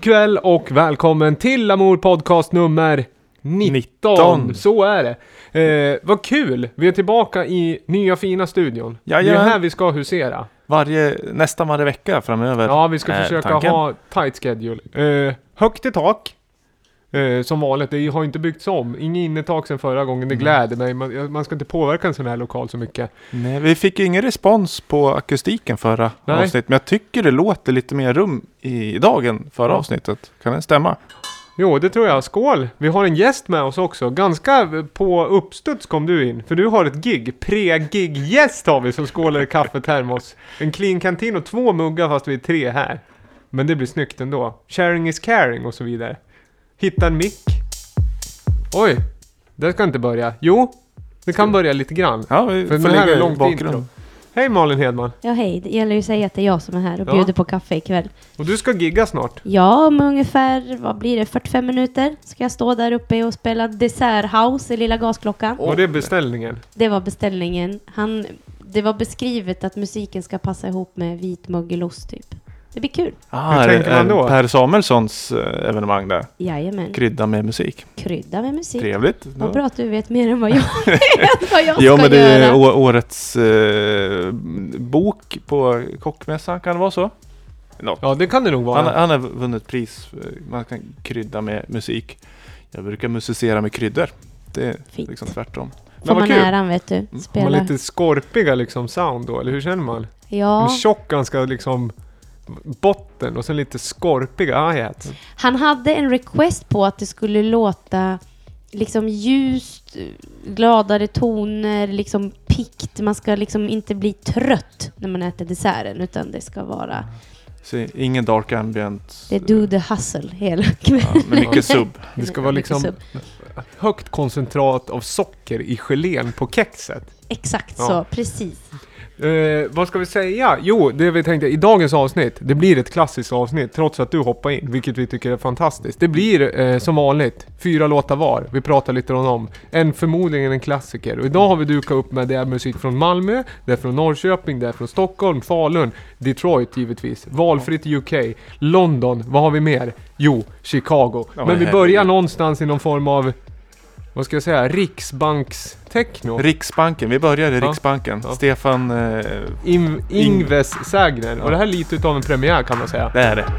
kväll och välkommen till Amour podcast nummer 19. Så är det. Vad kul. Vi är tillbaka i nya fina studion. Det är här vi ska husera. Nästan varje vecka framöver. Ja, vi ska försöka ha tight schedule. Högt i tak. Som vanligt, det har inte byggts om. Ingen innetak sedan förra gången, det gläder mig. Man ska inte påverka en sån här lokal så mycket. Nej, vi fick ingen respons på akustiken förra avsnittet. Men jag tycker det låter lite mer rum i dagen förra avsnittet. Kan det stämma? Jo, det tror jag. Skål! Vi har en gäst med oss också. Ganska på uppstuds kom du in. För du har ett gig. Pre-gig-gäst har vi som skålar i kaffetermos. En clean kantin och 2 muggar fast vi är 3 här. Men det blir snyggt ändå. Sharing is caring och så vidare. Hitta en mick. Oj, det ska inte börja. Jo, det kan börja lite grann. Ja, vi för får det här är lägga långt intro. Hej Malin Hedman. Ja, hej. Det gäller ju att säga att det är jag som är här och bjuder på kaffe ikväll. Och du ska gigga snart. Ja, om ungefär, vad blir det, 45 minuter ska jag stå där uppe och spela Dessert House i Lilla Gasklockan. Och det är beställningen? Det var beställningen. Det var beskrivet att musiken ska passa ihop med vit mögelost typ. Det blir kul. Hur tänker man då? Per Samuelssons evenemang där. Jajamän. Krydda med musik. Krydda med musik. Trevligt. Vad bra att du vet mer än vad jag vet vad jag jo, ska men det är göra. årets bok på kockmässan, kan det vara så? No. Ja, det kan det nog vara. Han har vunnit pris. Man kan krydda med musik. Jag brukar musicera med kryddor. Det är fint. Liksom tvärtom. Får man äran, vet du. Spela. Man lite skorpiga liksom sound då, eller hur känner man? Ja. En tjock ganska liksom botten och sen lite skorpiga hi-hats. Han hade en request på att det skulle låta liksom ljust, gladare toner, liksom pikt. Man ska liksom inte bli trött när man äter desserten, utan det ska vara... Så ingen dark ambient. Det är do the hustle hela kvällen. Ja, med mycket sub. Det ska vara liksom högt koncentrat av socker i gelén på kexet. Exakt så, precis. Vad ska vi säga? Jo, det vi tänkte i dagens avsnitt, det blir ett klassiskt avsnitt trots att du hoppar in, vilket vi tycker är fantastiskt. Det blir som vanligt 4 låtar var. Vi pratar lite om dem. Förmodligen en klassiker. Och idag har vi dukat upp med det är musik från Malmö, det är från Norrköping, det är från Stockholm, Falun, Detroit givetvis, valfritt UK, London, vad har vi mer? Jo, Chicago. Men vi börjar någonstans i någon form av, vad ska jag säga, Riksbankstechno. Riksbanken, vi börjar i Riksbanken. Ja. Stefan Ingves sägner. Och det här är lite utav en premiär kan man säga. Det är det.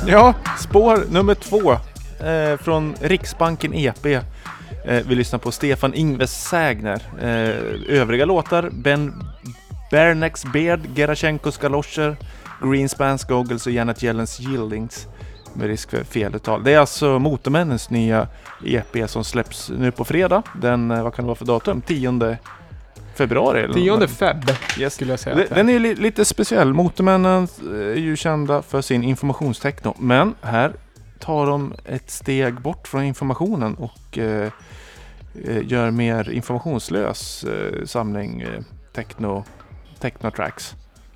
Ja, spår nummer 2 från Riksbanken EP. Vi lyssnar på Stefan Ingves Sägner. Övriga låtar: Bernex Beard, Gerashenkos galoscher, Greenspans Goggles och Janet Yellens Yieldings. Med risk för feluttal. Det är alltså Motormännens nya EP som släpps nu på fredag. Den, vad kan det vara för datum? 10 februari eller 10 feb, yes. skulle jag säga. Den är lite speciell. Motormännen är ju kända för sin informationstechno. Men här tar de ett steg bort från informationen och gör mer informationslös samling techno-tracks.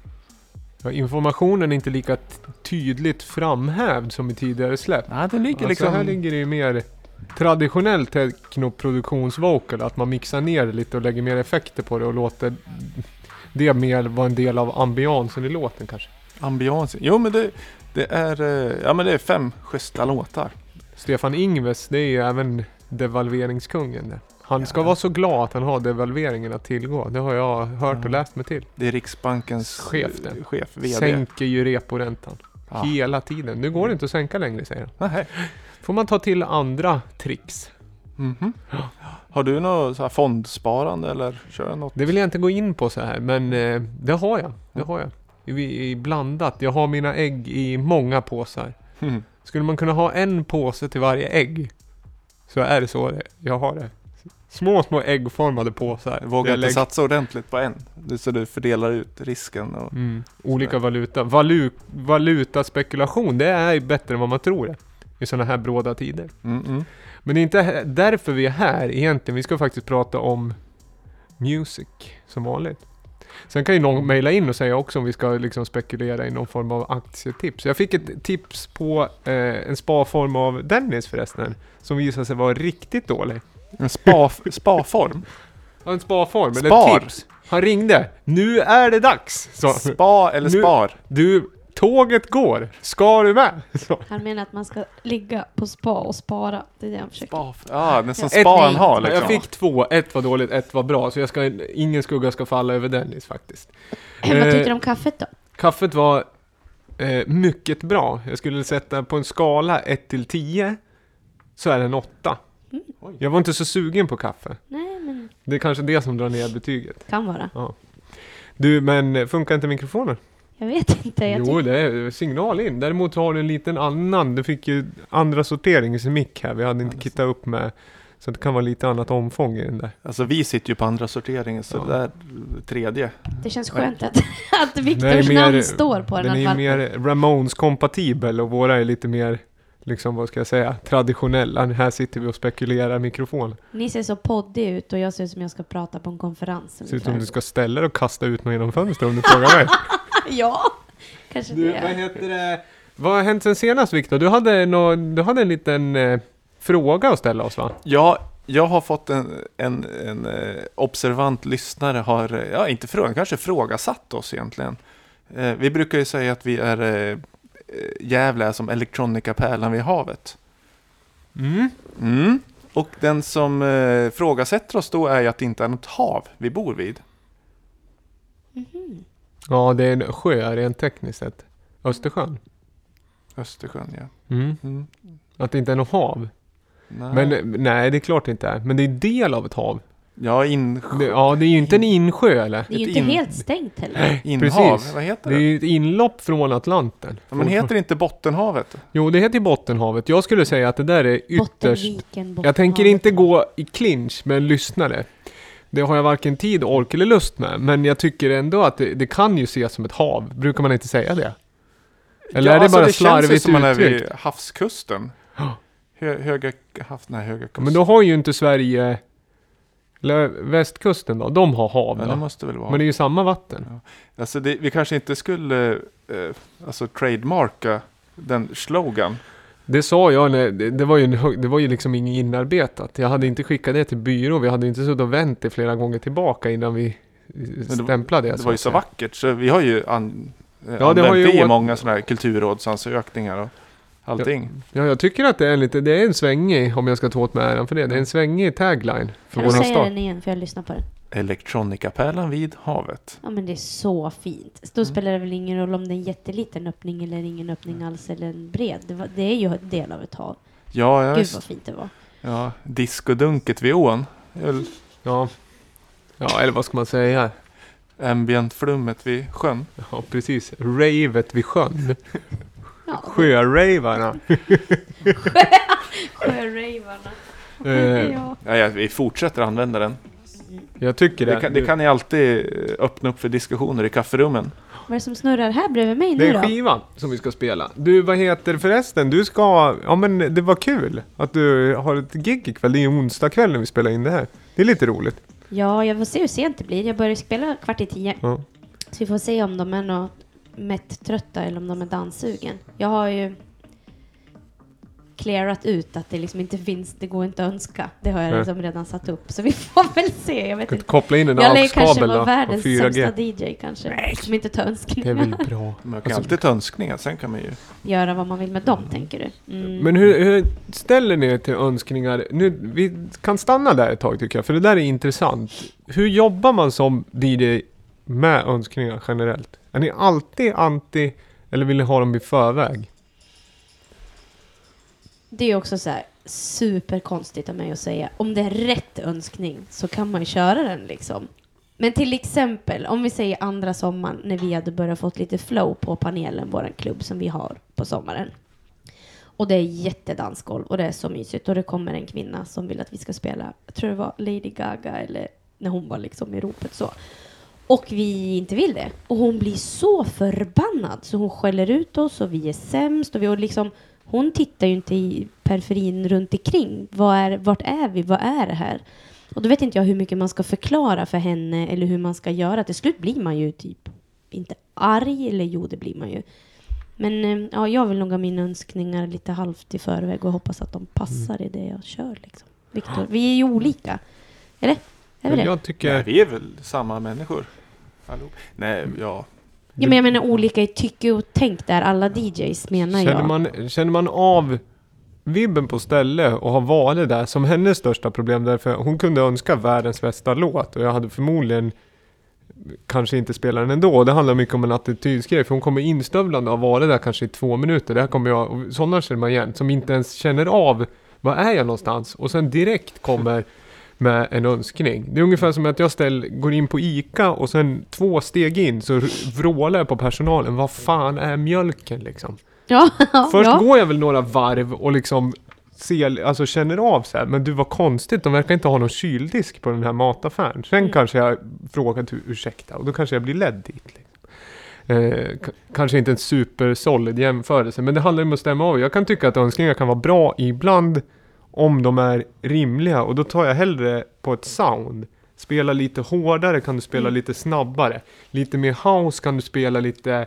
Ja, informationen är inte lika tydligt framhävd som i tidigare släpp. Ja, den ligger liksom... Här ligger det ju mer traditionell technoproduktionsvocal, att man mixar ner det lite och lägger mer effekter på det och låter det mer vara en del av ambiansen i låten kanske. Ambiansen? Jo, men det är 5 schyssta låtar. Stefan Ingves, det är ju även devalveringskungen där. Han ska vara så glad att han har devalveringen att tillgå. Det har jag hört och läst mig till. Det är Riksbankens chef, VD. Sänker ju reporäntan. Hela tiden. Nu går det inte att sänka längre, säger han. Nej. Får man ta till andra tricks. Mm-hmm. Har du något så här fondsparande eller kör något? Det vill jag inte gå in på så här, men det har jag. Det har jag. I blandat. Jag har mina ägg i många påsar. Skulle man kunna ha en påse till varje ägg, så är det så jag har det. Små äggformade påsar. Vågar inte satsa ordentligt på en. Så du fördelar ut risken. Och olika valuta. Valutaspekulation, det är bättre än vad man tror det. I sådana här bråda tider. Men det är inte därför vi är här egentligen. Vi ska faktiskt prata om music som vanligt. Sen kan ju någon mejla in och säga också om vi ska liksom spekulera i någon form av aktietips. Jag fick ett tips på en sparform av Dennis förresten. Som visade sig vara riktigt dålig. En sparform? Ja, en sparform. Eller ett tips. Han ringde. Nu är det dags. Så. Spa eller spar? Tåget går. Ska du med? Så. Han menar att man ska ligga på spa och spara. Det är det han försöker. Den som span har liksom. Jag fick 2. 1 var dåligt, 1 var bra. Så ingen skugga ska falla över Dennis faktiskt. Vad tyckte du om kaffet då? Kaffet var mycket bra. Jag skulle sätta på en skala 1-10. Så är det en 8. Jag var inte så sugen på kaffe. Nej, men... Det är kanske det som drar ner betyget. Kan vara. Ja. Du, men funkar inte mikrofonen? Jag vet inte. Jo, det är signal in. Däremot har du en liten annan. Du fick ju andra sorteringsmick här. Vi hade inte kittat upp med. Så det kan vara lite annat omfång i den där. Alltså vi sitter ju på andra sorteringen. Så det är tredje. Det känns skönt att Viktors namn står på den. Den är ju mer Ramones-kompatibel. Och våra är lite mer... liksom, vad ska jag säga, traditionella. Här sitter vi och spekulerar mikrofon. Ni ser så poddig ut och jag ser ut som jag ska prata på en konferens. Ser ut som du ska ställa och kasta ut mig genom fönstret om du frågar mig. Ja, kanske du, vad heter det? Vad har hänt sen senast, Viktor? Du hade en liten fråga att ställa oss, va? Ja, jag har fått en observant lyssnare har, inte frågat, kanske frågasatt oss egentligen. Vi brukar ju säga att vi är Gävle som elektronikapärlan vid havet. Och den som frågasätter oss då är ju att det inte är något hav vi bor vid. Ja, det är en sjö rent tekniskt sett. Östersjön, ja. Att det inte är något hav. Nej. Men nej, det är klart det inte är. Men det är del av ett hav. Ja, det är ju inte en insjö, eller? Det är ju inte helt stängt heller. Inhav, precis. Vad heter det? Det är ju ett inlopp från Atlanten. Men heter det inte Bottenhavet? Jo, det heter Bottenhavet. Jag skulle säga att det där är ytterst... Bottenhavet. Jag tänker inte gå i clinch med en lyssnare. Det har jag varken tid, ork eller lust med. Men jag tycker ändå att det kan ju ses som ett hav. Brukar man inte säga det? Eller är det bara slarvigt uttryckt? Det känns som man är vid havskusten. Höga kusten. Men då har ju inte Sverige... Eller västkusten då, de har hav. Ja, det måste väl vara. Men det är ju samma vatten. Ja. Alltså vi kanske inte skulle trademarka den slogan. Det sa jag, det var ju liksom inget inarbetat. Jag hade inte skickat det till byrå. Vi hade inte suttit och vänt det flera gånger tillbaka innan vi stämplade det. Det var ju så vackert. Så vi har ju i många sådana här kulturrådsansökningar och allting. Ja, jag tycker att det är en svängig, om jag ska ta åt mig äran för det. Det är en svängig tagline för våran start. Kan du säga den igen för jag lyssnar på den? Electronica-pärlan vid havet. Ja, men det är så fint. Då spelar det väl ingen roll om det är en jätteliten öppning eller ingen öppning alls eller en bred. Det är ju en del av ett hav. Ja, Gud vad fint det var. Ja, diskodunket vid ån. Ja, eller vad ska man säga? Ambient-flummet vid sjön. Ja, precis. Ravet vid sjön. Ja, Sjöravarna. Sjöravarna. Ja, vi fortsätter använda den. Jag tycker det. Det kan ni alltid öppna upp för diskussioner i kafferummen. Vad är det som snurrar här bredvid mig Det nu är då? skivan som vi ska spela. Du, vad heter förresten? Du ska... Ja, men det var kul att du har ett gig ikväll. Det är onsdag kväll när vi spelar in det här. Det är lite roligt. Ja, jag får se hur sent det blir. Jag börjar spela 9:15. Ja. Så vi får se om de är något mätt trötta eller om de är danssugen. Jag har ju clearat ut att det liksom inte finns, det går inte att önska. Det har jag liksom redan satt upp. Så vi får väl se, jag vet Kan inte. koppla in en Jag lär kanske AUX-kabel vara då, världens och 4G. sämsta DJ kanske. Som inte tar Det är önskningar. väl bra. Man kan alltid ta önskningar, sen kan man ju... Göra vad man vill med dem, tänker du? Mm. Men hur ställer ni er till önskningar? Nu, vi kan stanna där ett tag tycker jag, för det där är intressant. Hur jobbar man som DJ med önskningar generellt? Är ni alltid anti, eller vill ni ha dem i förväg? Det är ju också så här superkonstigt av mig att säga. Om det är rätt önskning så kan man ju köra den liksom. Men till exempel, om vi säger andra sommaren när vi hade börjat fått lite flow på panelen, våran klubb som vi har på sommaren. Och det är jättedansgolv och det är så mysigt. Och det kommer en kvinna som vill att vi ska spela, jag tror det var Lady Gaga eller när hon var liksom i ropet så. Och vi inte vill det. Och hon blir så förbannad så hon skäller ut oss och vi är sämst. Och liksom, hon tittar ju inte i periferin runt omkring. Vart är vi? Vad är det här? Och då vet inte jag hur mycket man ska förklara för henne eller hur man ska göra. Till slut blir man ju typ inte arg, eller jo, det blir man ju. Men ja, jag vill nog ha mina önskningar lite halvt i förväg och hoppas att de passar i det jag kör liksom. Viktor, vi är ju olika. Eller? Är vi det? Jag tycker... Nej, vi är väl samma människor. Hallå? Nej, ja. Ja, men jag menar olika i tycke och tänk där. Alla DJs menar jag. Känner man av vibben på ställe och har varit där som hennes största problem, därför hon kunde önska världens bästa låt och jag hade förmodligen kanske inte spelat den ändå. Det handlar mycket om en attitydsgrej, för hon kommer instövlande och har varit där kanske i 2 minuter. Där kommer jag, och sådana känner man igen, som inte ens känner av var är jag någonstans och sen direkt kommer med en önskning. Det är ungefär som att jag går in på ICA och sen 2 steg in så vrålar jag på personalen. Vad fan är mjölken liksom? Ja, Först går jag väl några varv och liksom känner av så här, men du var konstigt, de verkar inte ha någon kyldisk på den här mataffären. Sen kanske jag frågar ursäkta och då kanske jag blir ledd dit. Liksom. Kanske inte en supersolid jämförelse, men det handlar om att stämma av. Jag kan tycka att önskningar kan vara bra ibland om de är rimliga, och då tar jag hellre på ett sound. Spela lite hårdare kan du spela lite snabbare. Lite mer house kan du spela lite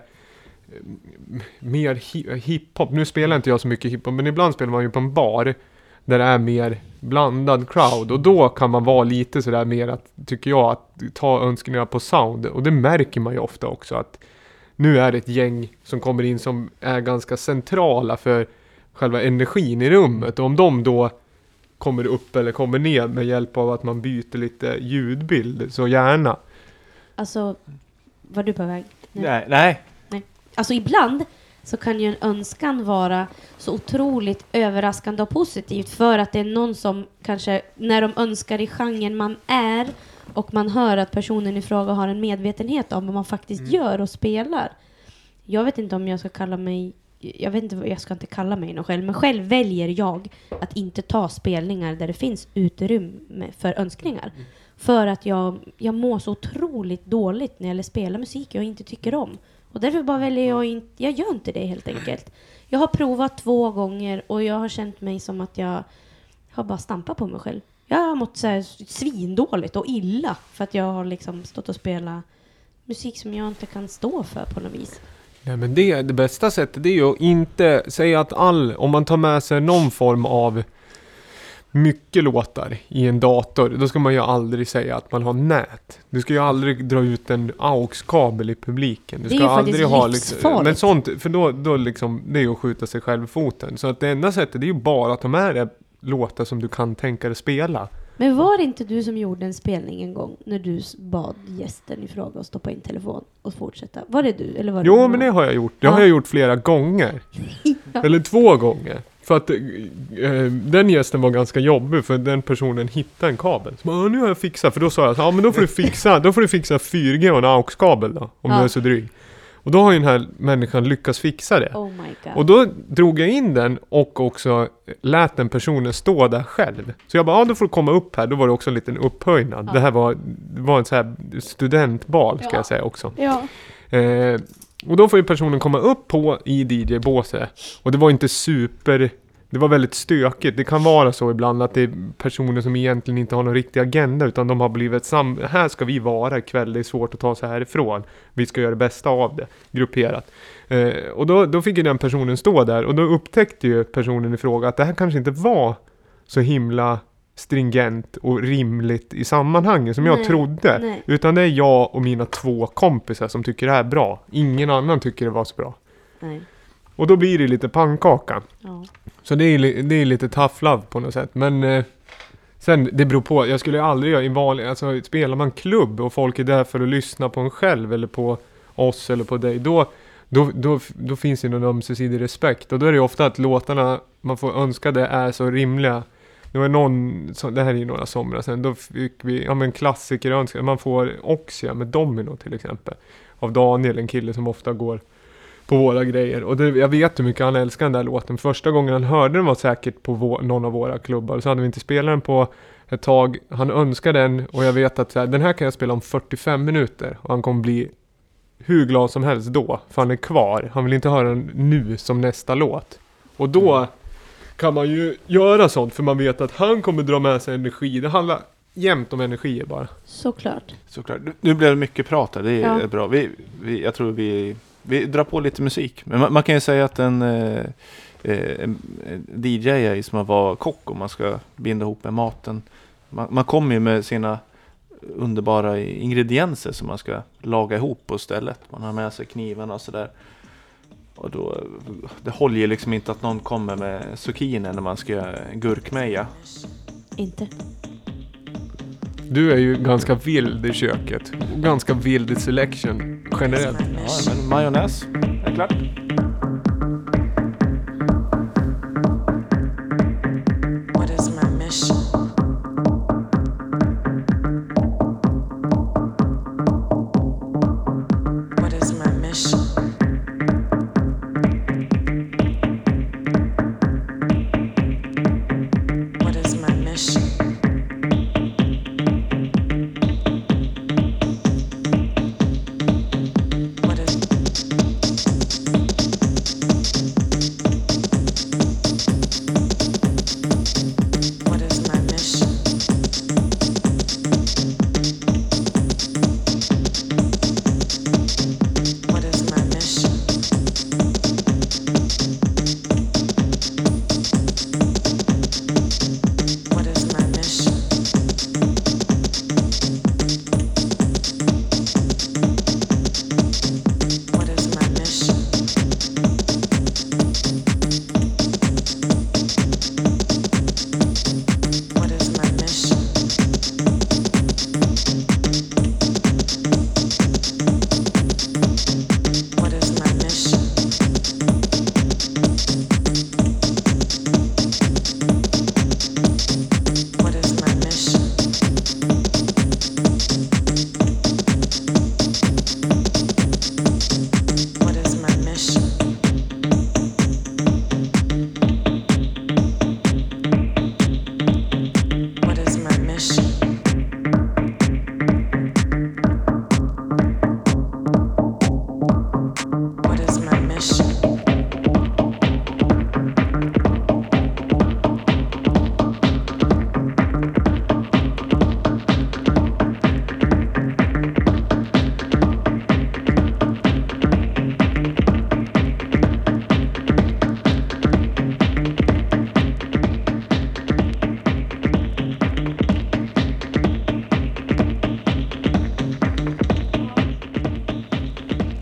mer hiphop. Nu spelar inte jag så mycket hiphop, men ibland spelar man ju på en bar där det är mer blandad crowd, och då kan man vara lite sådär mer att, tycker jag, att ta önskningar på sound, och det märker man ju ofta också att nu är det ett gäng som kommer in som är ganska centrala för själva energin i rummet, och om de då kommer upp eller kommer ner med hjälp av att man byter lite ljudbild, så gärna. Alltså, var du på väg? Nej. Alltså ibland så kan ju en önskan vara så otroligt överraskande och positivt, för att det är någon som kanske, när de önskar i genren man är och man hör att personen i fråga har en medvetenhet om vad man faktiskt gör och spelar. Jag vet inte om jag ska kalla mig, jag ska inte kalla mig någon själv, men själv väljer jag att inte ta spelningar där det finns utrymme för önskningar. För att jag mår så otroligt dåligt när jag spelar musik jag inte tycker om. Och därför bara väljer jag gör inte det helt enkelt. Jag har provat 2 gånger och jag har känt mig som att jag har bara stampat på mig själv. Jag har mått så här svindåligt och illa för att jag har liksom stått och spelat musik som jag inte kan stå för på något vis. Ja, men det bästa sättet, det är ju att inte säga att om man tar med sig någon form av mycket låtar i en dator, då ska man ju aldrig säga att man har nät. Du ska ju aldrig dra ut en AUX-kabel i publiken. Du det är ska ju aldrig ha livsfarligt. men sånt, för då liksom, det är ju att skjuta sig själv i foten. Så att det enda sättet, det är ju bara att ta med dig låtar som du kan tänka dig spela. Men var det inte du som gjorde en spelning en gång när du bad gästen i fråga att stoppa in telefon och fortsätta? Var det du? Eller var det Jo, någon men det annan? har jag gjort. Det har jag gjort flera gånger. Eller 2 gånger. För att den gästen var ganska jobbig, för den personen hittade en kabel. Så bara, nu har jag fixat. För då sa jag, ja men då får du fixa 4G och en AUX-kabel då, om du är så dryg. Och då har ju den här människan lyckats fixa det. Oh my God. Och då drog jag in den och också lät den personen stå där själv. Så jag bara, ja då får du komma upp här. Då var det också en liten upphöjnad. Det här var en så här studentbal ska jag säga också. Ja. Och då får ju personen komma upp på i DJ-båset. Och det var inte det var väldigt stökigt. Det kan vara så ibland att det är personer som egentligen inte har någon riktig agenda, utan de har blivit här ska vi vara ikväll, det är svårt att ta sig härifrån. Vi ska göra det bästa av det, grupperat. Och då fick ju den personen stå där, och då upptäckte ju personen i fråga att det här kanske inte var så himla stringent och rimligt i sammanhanget som jag trodde. Nej. Utan det är jag och mina 2 kompisar som tycker det här är bra. Ingen annan tycker det var så bra. Nej. Och då blir det lite pannkaka. Ja. Så det är lite tough love på något sätt. Men sen, det beror på. Jag skulle aldrig göra i vanlig... Alltså, spelar man klubb och folk är där för att lyssna på en själv eller på oss eller på dig, då finns det någon ömsesidig respekt. Och då är det ofta att låtarna man får önska det är så rimliga. Det var det här är ju några somrar sedan, då fick vi en klassiker önska. Man får Oxia med Domino till exempel. Av Daniel, en kille som ofta går på våra grejer. Och jag vet hur mycket han älskar den där låten. Första gången han hörde den var säkert på någon av våra klubbar. Så hade vi inte spelat den på ett tag. Han önskade den, och jag vet att den här kan jag spela om 45 minuter. Och han kommer bli hur glad som helst då. För han är kvar. Han vill inte höra den nu som nästa låt. Och då kan man ju göra sånt, för man vet att han kommer dra med sig energi. Det handlar jämt om energier bara. Såklart. Nu blev det mycket prat här, det är bra. Jag tror vi drar på lite musik. Men man kan ju säga att en DJ är som att vara kock, om man ska binda ihop med maten. Man kommer ju med sina underbara ingredienser som man ska laga ihop på stället. Man har med sig knivarna och sådär. Och då, det håller ju liksom inte att någon kommer med zucchini när man ska göra gurkmeja. Inte. Du är ju ganska vild i köket. Och ganska vild i selection generellt. Ja, men majonnäs är klart. What is my mission? What is my mission? What is my mission? What is What is my mission? What is my mission? What is my mission? What is my mission? What is my mission? What is my mission? What is my mission? What is my mission? What is my mission? What is my mission?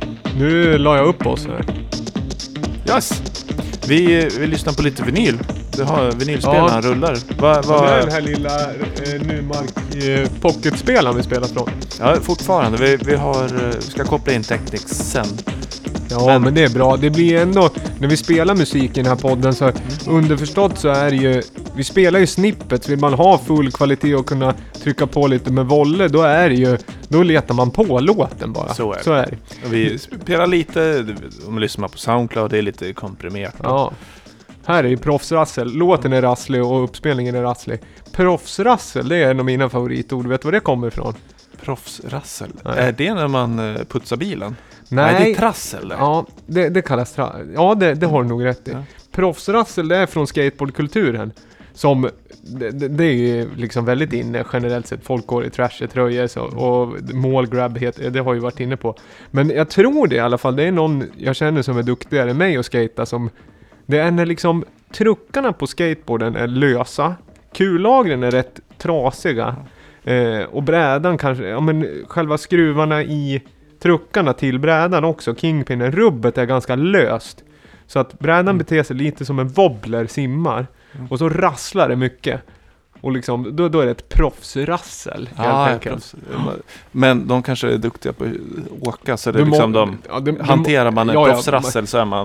Nu la jag upp oss här. Yes! Vi lyssnar på lite vinyl. Du har vinylspelaren rullar. Det är den här lilla Numark pocketspelaren vi spelar från. Ja, fortfarande. Vi ska koppla in Technics sen. Ja, men det är bra. Det blir ändå, när vi spelar musik i den här podden så underförstått så är det ju, vi spelar ju snippet. Vill man ha full kvalitet och kunna trycka på lite med volle, då är det ju, då letar man på låten bara. Så är det. Så är det. Och vi spelar lite, om man lyssnar på SoundCloud, det är lite komprimerat. Ja. Här är ju proffsrassel. Låten är rasslig och uppspelningen är rasslig. Proffsrassel, det är en av mina favoritord. Vet du var det kommer ifrån? Proffsrassel? Nej. Är det när man putsar bilen? Nej, det är trassel. Ja, det kallas ja, det har du nog rätt i. Ja. Proffsrassel, det är från skateboardkulturen. Som, det är ju liksom väldigt inne generellt sett. Folk går i trasher-tröjor och målgrab, det har ju varit inne på. Men jag tror det i alla fall. Det är någon jag känner som är duktigare än mig att skata som... Det är när liksom truckarna på skateboarden är lösa. Kullagren är rätt trasiga. Och brädan kanske... Ja, men själva skruvarna i truckarna till brädan också. Kingpinnen. Rubbet är ganska löst. Så att brädan beter sig lite som en wobbler simmar. Och så rasslar det mycket. Och liksom, då är det ett proffsrassel helt enkelt. Men de kanske är duktiga på att åka. Så det är liksom hanterar man en proffsrassel så är man...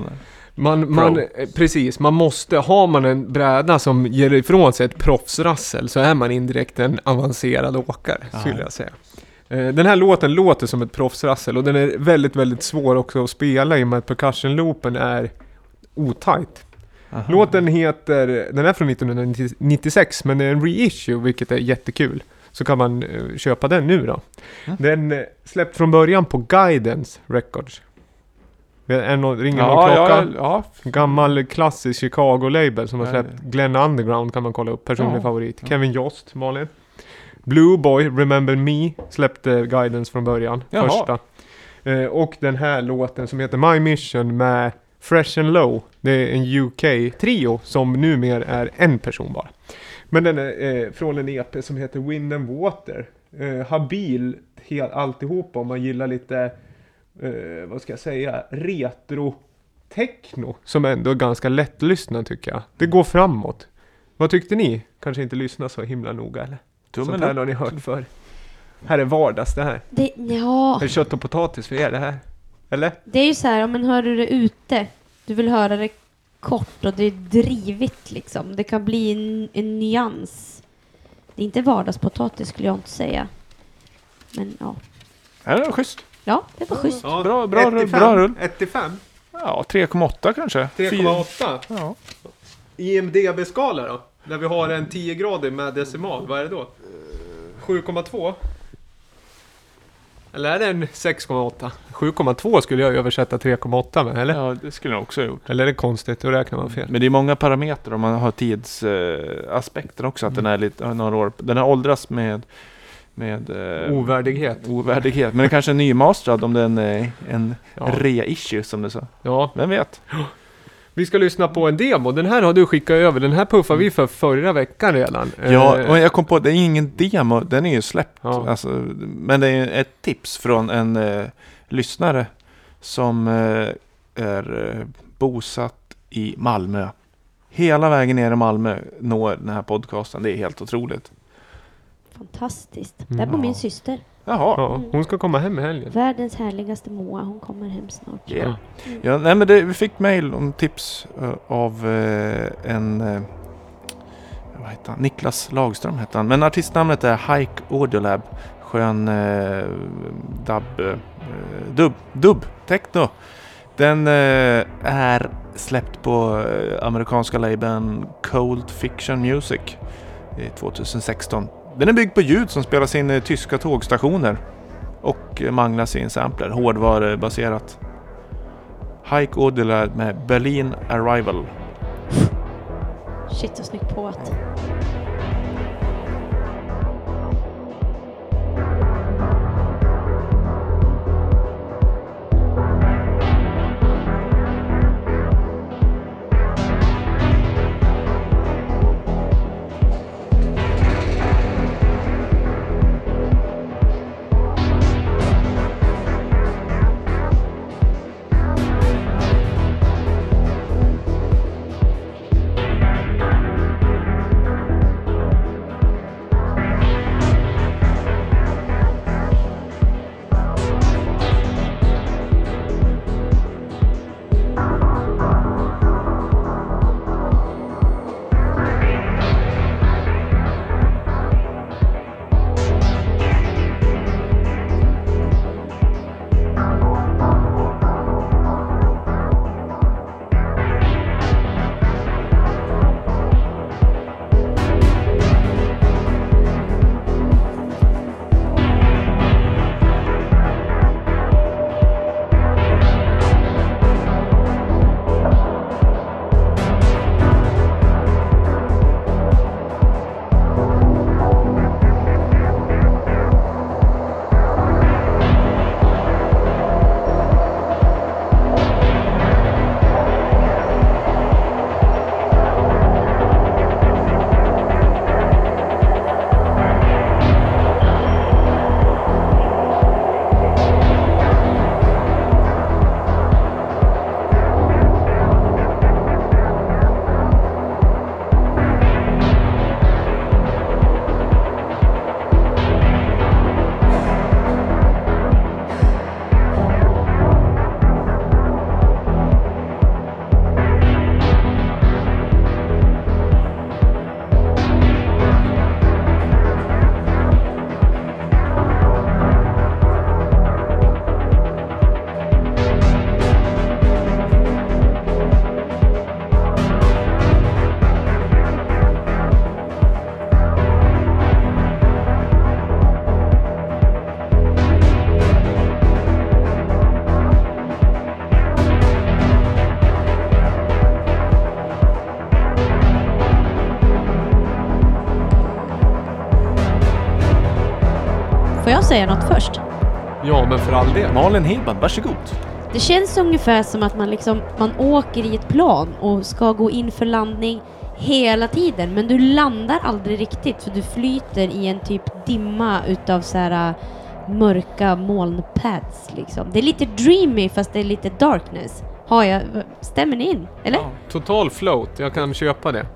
Precis, man måste, har man en bräda som ger ifrån sig ett proffsrassel så är man indirekt en avancerad åkare, skulle jag säga. Den här låten låter som ett proffsrassel och den är väldigt, väldigt svår också att spela i och med att percussion-loopen är otajt. Låten heter, den är från 1996 men det är en reissue vilket är jättekul. Så kan man köpa den nu då. Den släppt från början på Guidance Records. Ringer någon klocka. Ja. Gammal klassisk Chicago-label som har släppt Glenn Underground kan man kolla upp. Personlig favorit. Kevin Jost, Malin. Blue Boy, Remember Me släppte Guidance från början. Jaha. Första. Och den här låten som heter My Mission med Fresh and Low. Det är en UK-trio som numera är en person bara. Men den är från en EP som heter Wind and Water. Habil alltihopa om man gillar lite... vad ska jag säga, retro-techno som ändå är ganska lättlyssnad tycker jag. Det går framåt. Vad tyckte ni? Kanske inte lyssna så himla noga eller? Sånt här har ni hört för. Här är vardags det här. Det är kött och potatis för er det här. Eller? Det är ju så här, om man hör det ute, du vill höra det kort och det är drivigt liksom. Det kan bli en nyans. Det är inte vardagspotatis skulle jag inte säga. Men ja. Ja, det var schysst. Ja, det var schysst. Ja, bra rull. 1-5? Ja, 3,8 kanske. 3,8? Ja. IMDB-skala då? Där vi har en 10-gradig med decimal. Vad är det då? 7,2? Eller är det en 6,8? 7,2 skulle jag översätta 3,8 med, eller? Ja, det skulle jag också ha gjort. Eller är det konstigt? Då räknar man fel. Men det är många parametrar om man har tidsaspekter också. Att den är lite några år. Den har åldrats med ovärdighet. Men det kanske är nymasterad om den är en reissue som du sa. Ja. Vem vet? Vi ska lyssna på en demo. Den här har du skickat över. Den här puffar vi för förra veckan redan. Ja, och jag kom på att det är ingen demo. Den är ju släppt. Ja. Alltså, men det är ett tips från en lyssnare som är bosatt i Malmö. Hela vägen ner i Malmö når den här podcasten. Det är helt otroligt. Fantastiskt. Där bor min syster. Jaha. Ja, hon ska komma hem i helgen. Världens härligaste Moa. Hon kommer hem snart. Yeah. Ja, nej, men vi fick mejl om tips av vad heter han? Niklas Lagström heter han. Men artistnamnet är Hike Audiolab. Skön dub techno. Den är släppt på amerikanska labeln Cold Fiction Music i 2016. Den är byggd på ljud som spelas in i tyska tågstationer och manglas i en sampler, hårdvarubaserat. Hike Audiolab med Berlin Arrival. Shit, vad snyggt på att. Får jag säga något först? Ja, men för all del. Malin Hedman, varsågod. Det känns ungefär som att man åker i ett plan och ska gå in för landning hela tiden, men du landar aldrig riktigt för du flyter i en typ dimma utav så här mörka molnpads liksom. Det är lite dreamy fast det är lite darkness. Stämmer ni in? Eller? Ja. Total float, jag kan köpa det.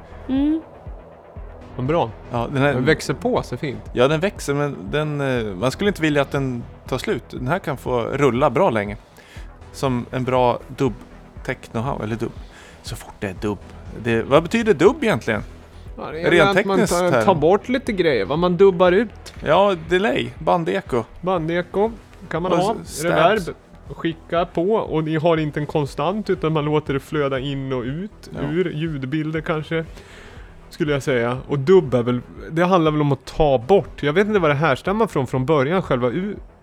Men bra. Ja, Den växer på så fint. Ja, den växer, men man skulle inte vilja att den tar slut. Den här kan få rulla bra länge. Som en bra dubb techno eller dubb. Så fort det är dubb. Vad betyder dubb egentligen? Ja, Rent det är att man tekniskt här. tar bort lite grejer, vad man dubbar ut. Ja, delay, bandeko. Bandeko kan man Och ha, stabs. reverb, skicka på och ni har inte en konstant utan man låter det flöda in och ut ur ljudbilder kanske, skulle jag säga. Och dubb är väl, det handlar väl om att ta bort, jag vet inte vad det härstammar från början, själva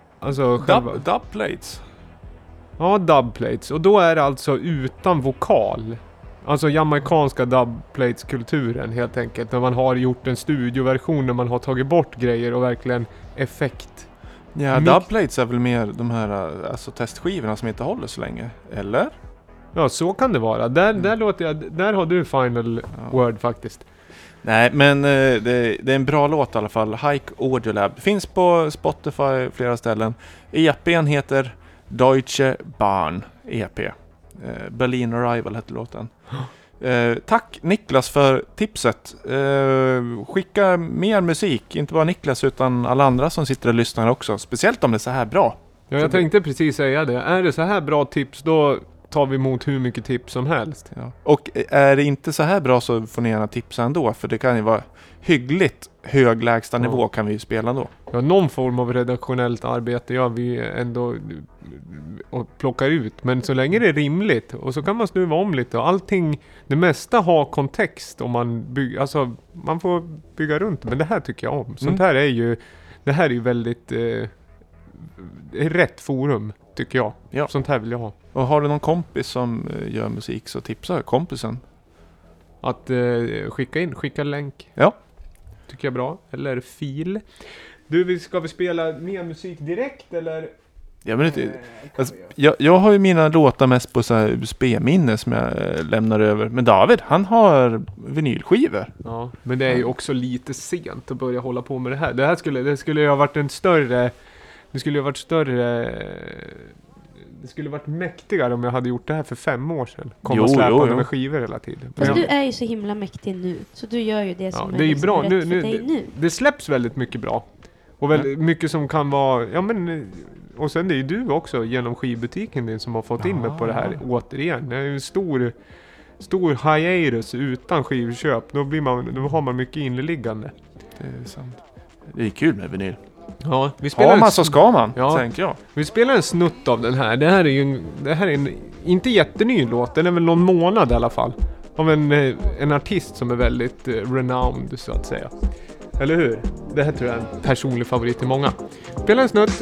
Dubplates. Ja, dubplates. Och då är det alltså utan vokal. Alltså jamaikanska dubplates-kulturen helt enkelt. När man har gjort en studioversion när man har tagit bort grejer och verkligen effekt. Ja, dubplates är väl mer de här alltså testskivorna som inte håller så länge, eller? Ja, så kan det vara. Där har du final word faktiskt. Nej, men det är en bra låt i alla fall. Hike Audio Lab. Finns på Spotify flera ställen. EP:n heter Deutsche Bahn EP. Berlin Arrival heter låten. Tack Niklas för tipset. Skicka mer musik. Inte bara Niklas utan alla andra som sitter och lyssnar också. Speciellt om det är så här bra. Ja, jag tänkte precis säga det. Är det så här bra tips, då tar vi emot hur mycket tips som helst. Ja. Och är det inte så här bra så får ni gärna tipsa ändå. För det kan ju vara hyggligt hög lägsta nivå kan vi ju spela ändå. Ja, någon form av redaktionellt arbete gör vi ändå och plockar ut. Men så länge det är rimligt. Och så kan man snuva om lite. Och allting, det mesta har kontext om man bygger. Alltså, man får bygga runt. Men det här tycker jag om. Sånt här är ju, det här är ju väldigt rätt forum, tycker jag. Ja. Sånt här vill jag ha. Och har du någon kompis som gör musik så tipsa kompisen. Att skicka länk. Ja. Tycker jag är bra. Eller fil. Du, ska vi spela mer musik direkt eller? Ja, men alltså, jag har ju mina låtar mest på så här USB-minne som jag lämnar över. Men David, han har vinylskivor. Ja, men det är ju också lite sent att börja hålla på med det här. Det skulle ju ha varit en större... Det skulle ju ha varit större... Det skulle varit mäktigare om jag hade gjort det här för 5 år sedan. Kom och släpade med skivor hela tiden. Fast du är ju så himla mäktig nu. Så du gör ju det som det är ju liksom bra. rätt för dig nu. Det släpps väldigt mycket bra. Och väldigt mycket som kan vara... Ja, men... Och sen det är ju du också genom skivbutiken din som har fått in mig på det här återigen. Det är ju en stor hiatus utan skivköp. Då har man mycket inneliggande. Det är sant. Det är kul med vinyl. Ja, vi spelar har man så ska man, tänker jag. Vi spelar en snutt av den här. Det här är en inte jätteny låt. Den är väl någon månad i alla fall. Av en artist som är väldigt renowned så att säga. Eller hur? Det här tror jag är en personlig favorit till många. Spela en snutt.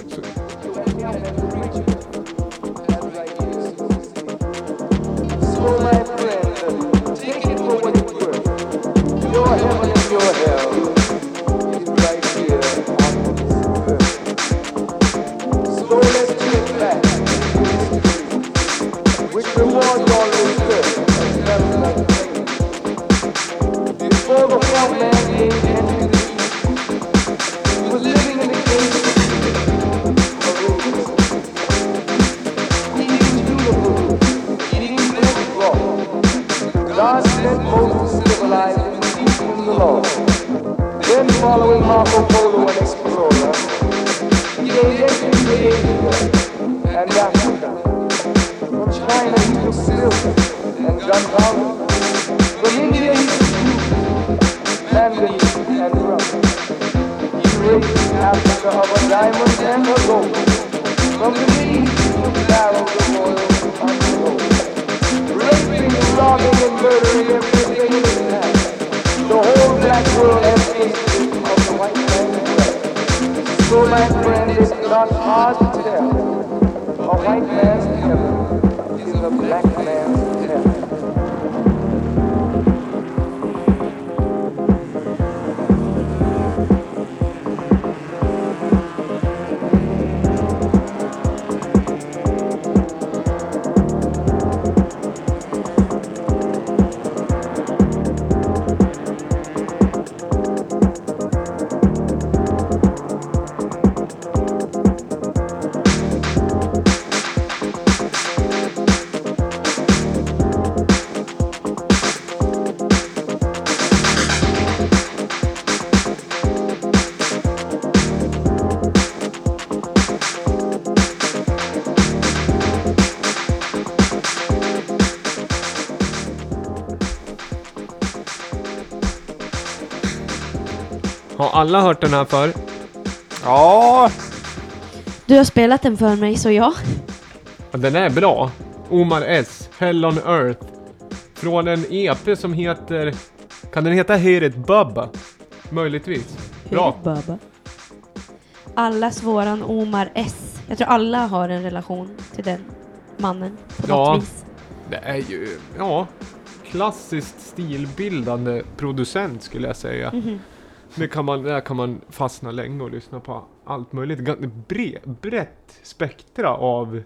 Har alla hört den här för? Ja, Du har spelat den för mig, så ja. Ja, den är bra. Omar S. Hell on Earth. Från en EP som heter... Kan den heta Hit It Bubba? Möjligtvis. Bra. Baba. Allas våran Omar S. Jag tror alla har en relation till den mannen på Ja. något vis. Det är ju... Ja. Klassiskt stilbildande producent skulle jag säga. Mhm. Där kan man fastna länge och lyssna på allt möjligt. Brett spektra av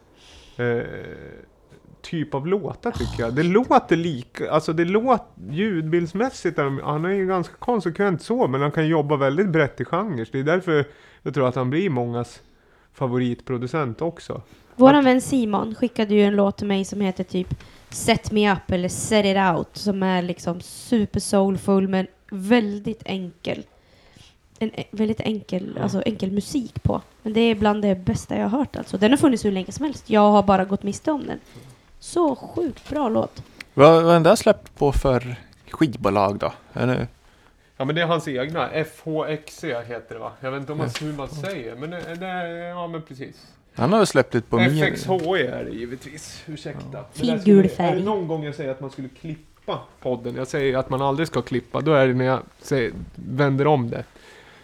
typ av låtar tycker jag. Det låter lika, alltså det låter ljudbildsmässigt, han är ju ganska konsekvent så, men han kan jobba väldigt brett i genrer. Det är därför jag tror att han blir mångas favoritproducent också. Våran vän Simon skickade ju en låt till mig som heter typ Set Me Up eller Set It Out, som är liksom super soulful men väldigt enkel. Väldigt enkel, alltså enkel musik på. Men det är bland det bästa jag har hört alltså. Den har funnits hur länge som helst. Jag har bara gått miste om den. Så sjukt bra låt. vad är den där släppt på för skivbolag då? Eller? Ja, men det är hans egna. FHXC heter det, va? Jag vet inte hur man säger, men ja men precis. Han har väl släppt lite på mer. FXHE är det givetvis. Ursäkta. Fin Men där gul skulle- Är färg. det någon gång jag säger att man skulle klippa podden? Jag säger att man aldrig ska klippa. Då är det när jag vänder om det.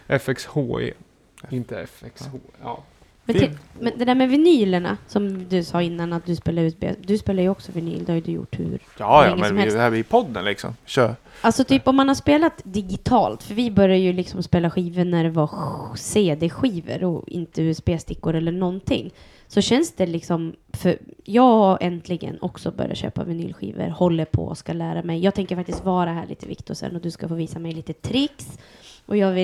FXHE. Inte FXH. Ja. Men, men det där med vinylerna som du sa innan att du spelar ut. Du spelar ju också vinyl. Det har ju du gjort hur Ja, länge men som vi helst. är här vid podden liksom. Kör. Alltså typ om man har spelat digitalt, för vi började ju liksom spela skivor när det var CD-skivor och inte USB-stickor eller någonting. Så känns det liksom, för jag har äntligen också börjat köpa vinylskivor, håller på och ska lära mig. Jag tänker faktiskt vara här lite Victor sen och du ska få visa mig lite tricks. Och jag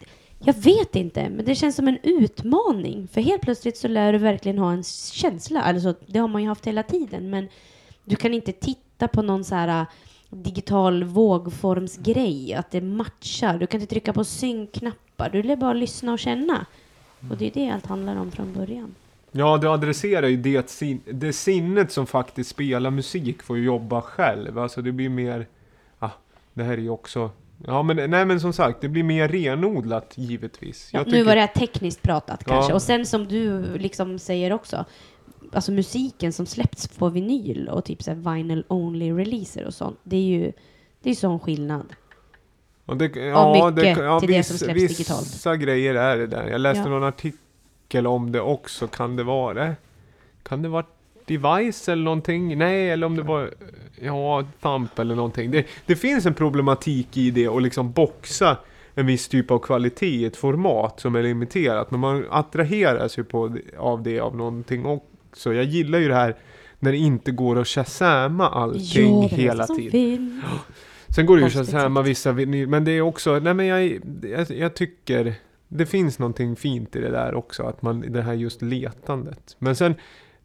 vet inte, men det känns som en utmaning. För helt plötsligt så lär du verkligen ha en känsla. Alltså, det har man ju haft hela tiden, men du kan inte titta på någon så här digital vågformsgrej, att det matchar. Du kan inte trycka på synkknappar. Du vill bara lyssna och känna. Och det är det allt handlar om från början. Ja, du adresserar ju det sinnet som faktiskt spelar musik får ju jobba själv. Alltså det blir mer... det här är ju också... Ja, men som sagt, det blir mer renodlat givetvis. Ja, Jag nu tycker- var det här tekniskt pratat kanske. Ja. Och sen som du liksom säger också, alltså musiken som släppts på vinyl och typ så här vinyl only releaser och sånt, det är sån skillnad. Och det, mycket till det som släpps digitalt. Vissa grejer är det där. Jag läste Ja. någon artikel om det också. Kan det vara Device eller någonting? Nej, eller om det var Thump eller någonting. Det finns en problematik i det och liksom boxa en viss typ av kvalitet i ett format som är limiterat. Men man attraheras ju av någonting också. Jag gillar ju det här när det inte går att shazama allting det är hela som tiden. film. Sen går det ju Konstigt shazama sätt. vissa vinyl, men det är också, nej men jag tycker det finns någonting fint i det där också, att det här just letandet. Men sen,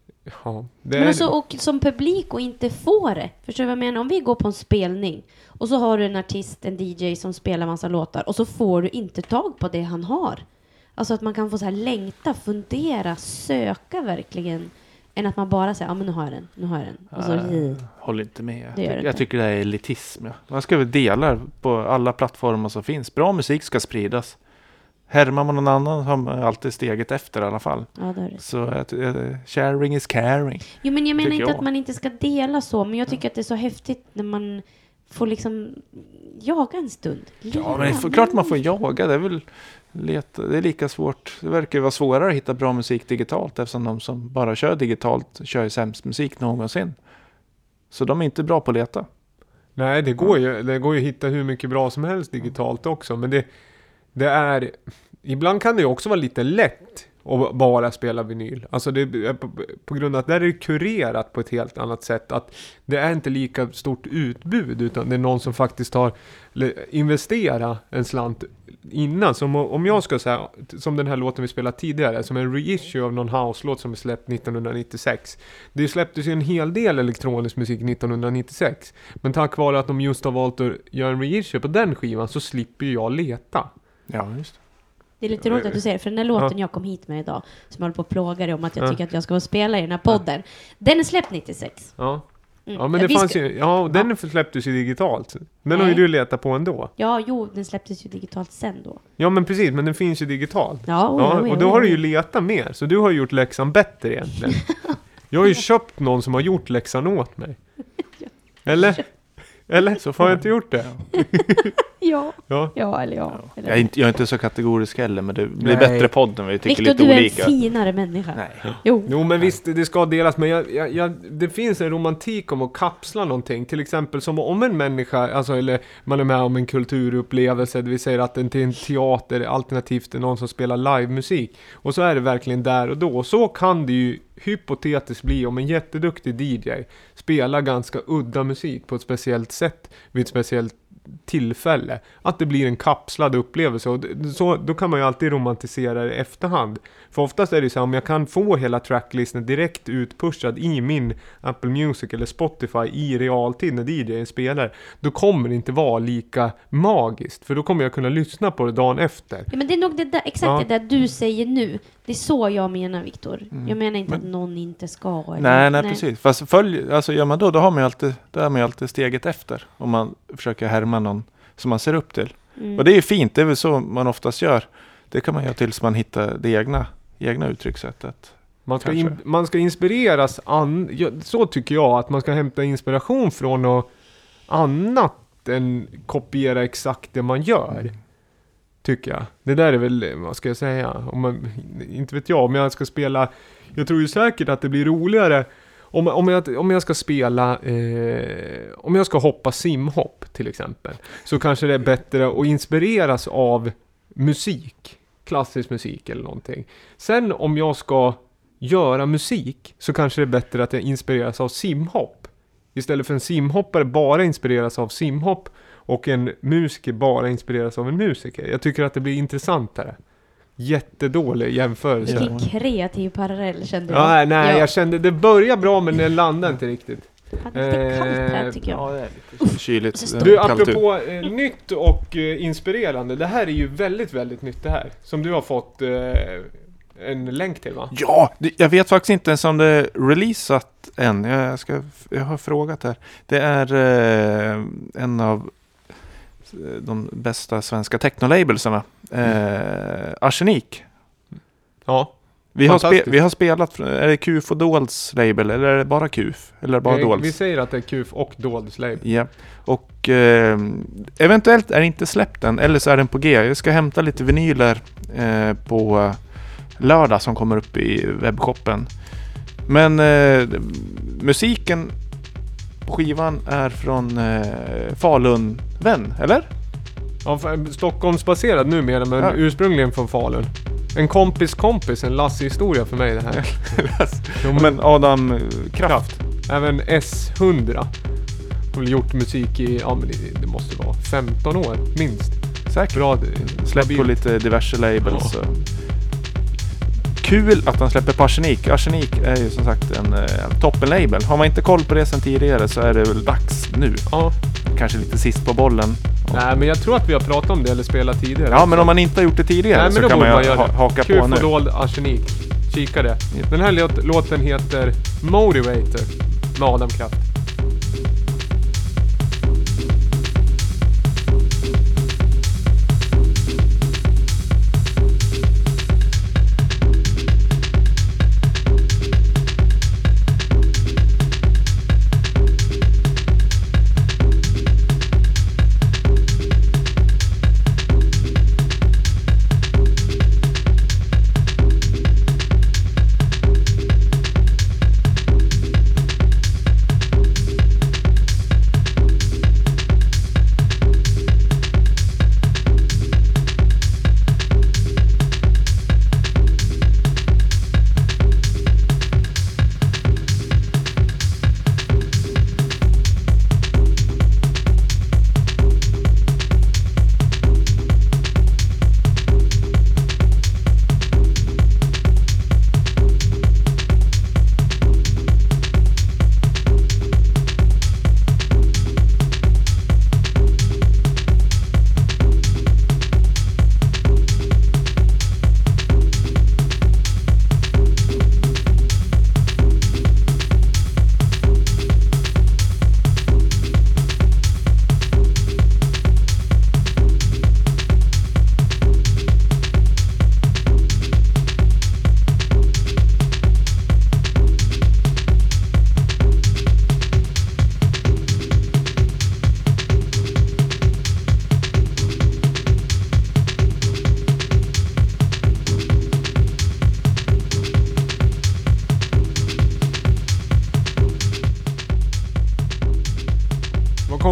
det Men alltså, och som publik och inte få det. Förstår du vad jag menar? Om vi går på en spelning och så har du en artist, en DJ som spelar massa låtar och så får du inte tag på det han har. Alltså att man kan få så här längta, fundera, söka verkligen, än att man bara säger, men nu har jag den. Och så, Håller inte med. Det gör det Jag inte. tycker det är elitism. Ja. Man ska väl dela på alla plattformar som finns. Bra musik ska spridas. Härmar man någon annan har man alltid steget efter i alla fall. ja, det är det. Så sharing is caring. Jo, men jag menar Tycker inte jag. att man inte ska dela så, men jag tycker att det är så häftigt när man får liksom jaga en stund. Ja, men klart man får jaga. Det är väl det är lika svårt. Det verkar ju vara svårare att hitta bra musik digitalt eftersom de som bara kör digitalt kör ju sämst musik någonsin. Så de är inte bra på att leta. Nej, det går ju att hitta hur mycket bra som helst digitalt också, men det är, ibland kan det ju också vara lite lätt att bara spela vinyl. Alltså det är på grund av att där är det kurerat på ett helt annat sätt, att det är inte lika stort utbud, utan det är någon som faktiskt har investerat en slant innan. Som om jag ska säga, som den här låten vi spelade tidigare, som en reissue av någon house-låt som är släppt 1996. Det släpptes ju en hel del elektronisk musik 1996, men tack vare att de just har valt att göra en reissue på den skivan så slipper ju jag leta. Ja, just det. Det är lite roligt att du säger det, för den här låten jag kom hit med idag, som jag håller på att plåga dig om att jag tycker att jag ska få spela i den här podden, den är släppt 96. Ja. Ja, men det Vi fanns ska- ju... Ja, och den släpptes ju digitalt. Den har ju Nej. du letat på ändå. Ja, jo, den släpptes ju digitalt sen då. Ja, men precis. Men den finns ju digitalt. Ja, Ja, och då har du ju letat mer. Så du har gjort läxan bättre egentligen. Jag har ju köpt någon som har gjort läxan åt mig. Eller? Eller? Så har jag inte gjort det? Ja, Ja. ja, eller ja. Eller. Jag är inte så kategorisk heller, men det blir Nej. bättre podd när vi tycker Victor, lite du är olika. en finare människa. Nej. Jo. Jo, men visst, det ska delas. Men det finns en romantik om att kapsla någonting. Till exempel som om en människa, alltså, eller man är med om en kulturupplevelse. Det vill säga att det inte är en teater, alternativt är någon som spelar livemusik. Och så är det verkligen där och då. Och så kan det ju hypotetiskt bli om en jätteduktig DJ spelar ganska udda musik på ett speciellt sätt vid ett speciellt tillfälle. Att det blir en kapslad upplevelse. Och så, då kan man ju alltid romantisera det i efterhand. För oftast är det så här, om jag kan få hela tracklisten direkt utpushad i min Apple Music eller Spotify i realtid när DJ:n spelar, då kommer det inte vara lika magiskt. För då kommer jag kunna lyssna på det dagen efter. Ja, men det är nog det där, exakt Ja. det där du säger nu. Det är så jag menar, Victor. Jag menar inte att någon inte ska. Eller, Nej, precis. Fast alltså gör man då har man ju alltid steget efter. Om man försöker härma någon som man ser upp till. Och det är ju fint, det är väl så man oftast gör. Det kan man göra tills man hittar det egna uttryckssättet. Man ska inspireras, så tycker jag, att man ska hämta inspiration från något annat än kopiera exakt det man gör. Tycker jag. Det där är väl, vad ska jag säga, inte vet jag, om jag ska spela, jag tror ju säkert att det blir roligare om jag ska spela, om jag ska hoppa simhopp till exempel, så kanske det är bättre att inspireras av musik, klassisk musik eller någonting. Sen om jag ska göra musik så kanske det är bättre att jag inspireras av simhopp. Istället för en simhoppare bara inspireras av simhopp och en musiker bara inspireras av en musiker. Jag tycker att det blir intressantare. Jättedålig jämförelse. Vilken kreativ parallell kände jag. Ja, nej, jag kände det började bra men det landade inte riktigt. Det är lite kallt här tycker jag. Ja, det är lite kyligt. Du, Kallt ut. apropå nytt och inspirerande. Det här är ju väldigt, väldigt nytt det här. Som du har fått en länk till, va? Ja, jag vet faktiskt inte ens om det är releasat än. Jag har frågat här. Det är en av de bästa svenska technolabelsarna. Arsenik. Ja. Vi Fantastiskt. har spelat, är det QF och Dolds label eller är det bara QF? Eller bara Vi Dolds? säger att det är QF och Dolds label. Ja, och eventuellt är det inte släppt än, eller så är den på G. Jag ska hämta lite vinyler på lördag som kommer upp i webbshoppen. Men musiken på skivan är från Falun-vän, eller? Ja, Stockholmsbaserad numera, men ursprungligen från Falun. En kompis, en Lasse-historia för mig det här. Men Adam Kraft. Även S100 har väl gjort musik i, ja men det måste vara 15 år, minst. Säkert. Bra, Släppt på lite diverse labels. Ja. Kul att han släpper på Arsenik. Arsenik är ju som sagt en toppen-label. Har man inte koll på det sedan tidigare så är det väl dags nu. Ja. Kanske lite sist på bollen. Nej, men jag tror att vi har pratat om det eller spelat tidigare. Ja, men om man inte har gjort det tidigare. Nej, men så då kan borde man ju göra det. haka på nu. QF och Dold Arsenik. Kika det. Den här låten heter Motivator med Adam Kraft.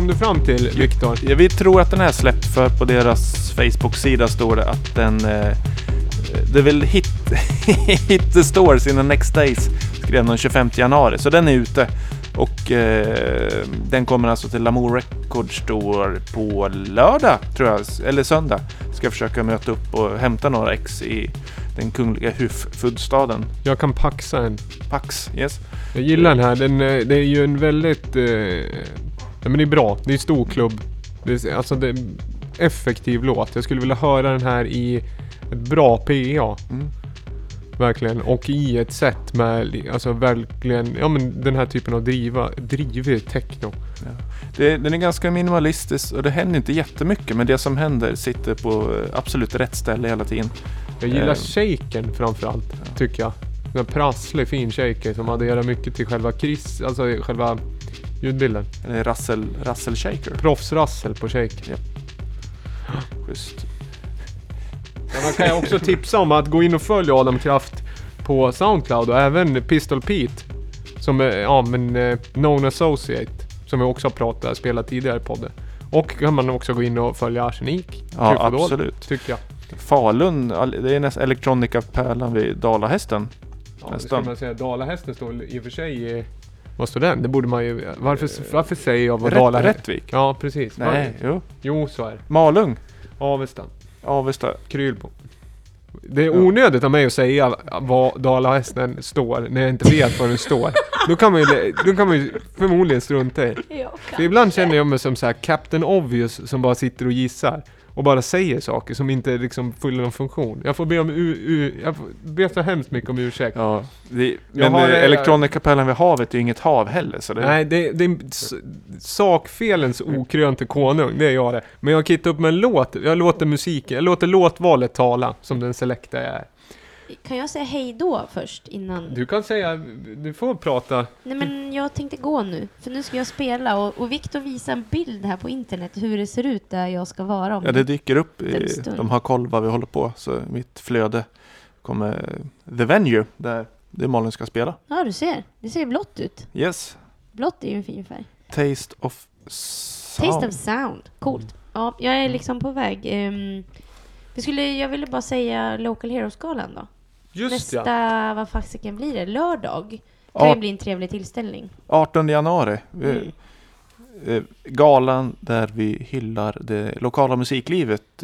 kom du fram till, Viktor? Ja, vi tror att den här släppt, för på deras Facebook-sida står det att den det är väl hit the stores in the next days, skrev den 25 januari, så den är ute. Och den kommer alltså till Lamour Records Store på lördag, tror jag, eller söndag. Ska försöka möta upp och hämta några ex i den kungliga huvudstaden. Jag kan paxa en. Pax, yes. Jag gillar den här. Det är ju en väldigt... ja, men det är bra. Det är stor klubb. Alltså det är effektiv låt. Jag skulle vilja höra den här i ett bra PA. Verkligen. Och i ett sätt med, alltså verkligen, ja men den här typen av drivig techno. Ja. Den är ganska minimalistisk och det händer inte jättemycket, men det som händer sitter på absolut rätt ställe hela tiden. Jag gillar shaken framförallt, tycker jag. En prasslig fin shaker som adderar mycket till själva alltså själva ljudbilden. Eller rassel shaker. Proffsrassel på shaker. Yep. Just. Ja, man kan ju också tipsa om att gå in och följa Adam Kraft på Soundcloud och även Pistol Pete som är known associate som vi också har spelat tidigare på det. Och kan man också gå in och följa Arsenik. Ja, absolut. Tycker jag. Falun, det är nästan Electronica-pärlan vid Dalahästen. Ja, det ska man säga. Dalahästen står i och för sig i... Vad står den? Det borde man ju... Varför säger jag vad Dalahästen... Rättvik? Ja, precis. Nej, Jo, så är det. Malung? Avesta. Krylbo. Det är onödigt av mig att säga vad Dalahästen står när jag inte vet vad den står. Då kan man ju förmodligen strunta i. För ibland känner jag mig som så här Captain Obvious som bara sitter och gissar och bara säger saker som inte liksom fyller någon funktion. Jag får be om jag får be så hemskt mycket om ursäkt. Ja, men Electronica-pärlan vid havet är ju inget hav heller. Så det... Nej, det är sakfelens okrönte konung, det är jag det. Men jag har kittat upp med en låt, jag låter låtvalet tala som den selecta är. Kan jag säga hej då först innan? Du kan säga, du får prata. Nej, men jag tänkte gå nu. För nu ska jag spela och Viktor visar en bild här på internet hur det ser ut där jag ska vara om. Ja, det dyker upp. De har koll vad vi håller på. Så mitt flöde kommer The Venue där det Malin ska spela. Ja, du ser. Det ser blått ut. Yes. Blått är ju en fin färg. Taste of Sound. Coolt. Ja, jag är liksom på väg. Jag ville bara säga Local Heroes-galan då. Nästa, vad fasiken blir det? Lördag. Kan ju bli en trevlig tillställning. 18 januari. Galan där vi hyllar det lokala musiklivet.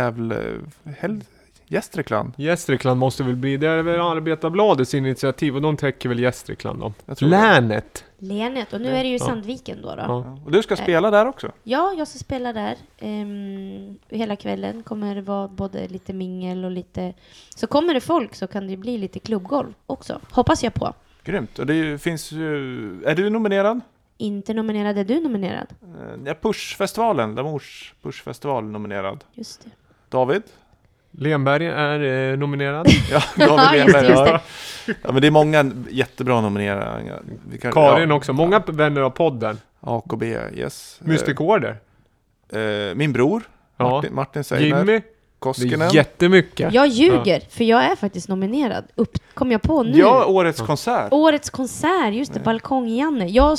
Gästrikland måste väl bli. Det är väl Arbetarbladets initiativ och de täcker väl Gästrikland då. Länet. Och nu är det ju Sandviken då. Ja. Och du ska spela där också? Ja, jag ska spela där. Hela kvällen kommer det vara både lite mingel och lite... Så kommer det folk så kan det bli lite klubbgolv också. Hoppas jag på. Grymt. Och det finns ju... Är du nominerad? Inte nominerad. Är du nominerad? Ja, Pushfestivalen. Lamours Pushfestival nominerad. Just det. David? Lenberg är nominerad. Ja, David Lenberg. Just det. Ja, men det är många jättebra nomineringar. Karin också. Många vänner av podden. A och B, yes. Mystic Order. Min bror. Martin Seidner. Jimmy. Koskinen. Det är jättemycket. Jag ljuger, för jag är faktiskt nominerad. Kom jag på nu? Ja, Årets konsert. Årets konsert, just det, Balkong-Janne. Jag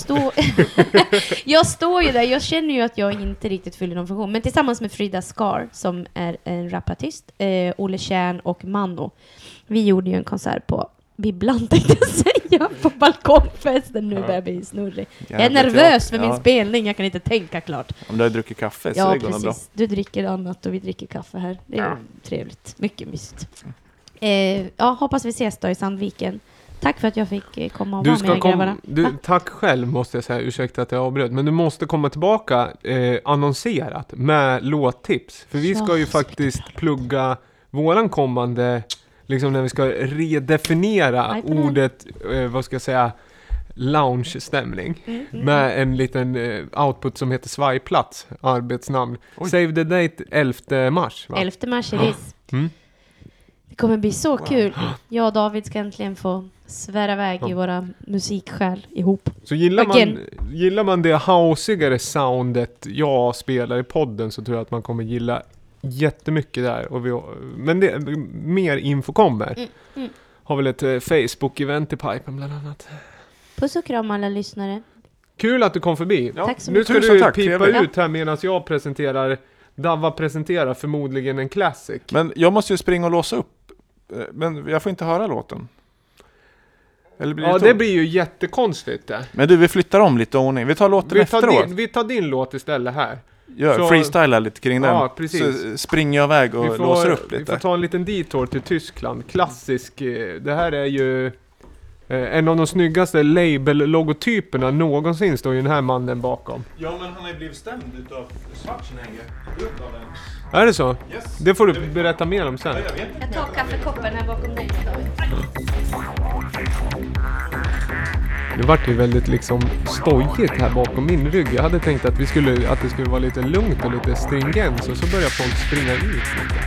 står ju där, jag känner ju att jag inte riktigt fyller någon funktion. Men tillsammans med Frida Skar, som är en rapartist, Olle Kärn och Manno. Vi gjorde ju en konsert på Bibblan, tänkte jag säga, på balkongfesten. Nu börjar jag bli snurrig. Jag är nervös för min spelning, jag kan inte tänka klart. Om du har druckit kaffe så det går bra. Du dricker annat och vi dricker kaffe här. Det är trevligt, mycket mysigt. Hoppas vi ses då i Sandviken. Tack för att jag fick komma och vara med grabbarna. Tack själv måste jag säga, ursäkta att jag avbröt. Men du måste komma tillbaka annonserat med låttips. För vi ska ju faktiskt plugga våran kommande... Liksom när vi ska redefiniera ordet, vad ska jag säga, lounge-stämning. Med en liten output som heter Svajplats, arbetsnamn. Oj. Save the date 11 mars. Va? 11 mars är det. Det kommer bli så kul. Jag och David ska äntligen få svära iväg i våra musiksjäl ihop. Så gillar man det housigare soundet jag spelar i podden, så tror jag att man kommer gilla jättemycket där. Men mer info kommer. Har väl ett Facebook-event i pipen bland annat. Puss och kram alla lyssnare. Kul att du kom förbi. Ja, Tack så Nu mycket. ska Tusen du tack, pipa trevligt. ut här medan jag presenterar. Davva presenterar förmodligen en classic. Men jag måste ju springa och låsa upp. Men jag får inte höra låten. Eller blir Ja, det det tom? blir ju jättekonstigt det. Men du, vi flyttar om lite ordning. Vi tar låten efteråt. Vi tar din låt istället här. Gör, så- freestyla lite kring den. Ja, precis. Så springer jag iväg och låser upp Vi lite. får ta en liten detour till Tyskland. Klassisk. Det här är ju en av de snyggaste label-logotyperna någonsin, står ju den här mannen bakom. Ja, men han har ju blivit stämd utav Schwarzenegger. Är det så? Yes. Det får du berätta mer om sen. Jag tar kaffekoppen här bakom dig, David. Det vart ju väldigt liksom stojigt här bakom min rygg. Jag hade tänkt att det skulle vara lite lugnt och lite stringens, och så börjar folk springa ut lite.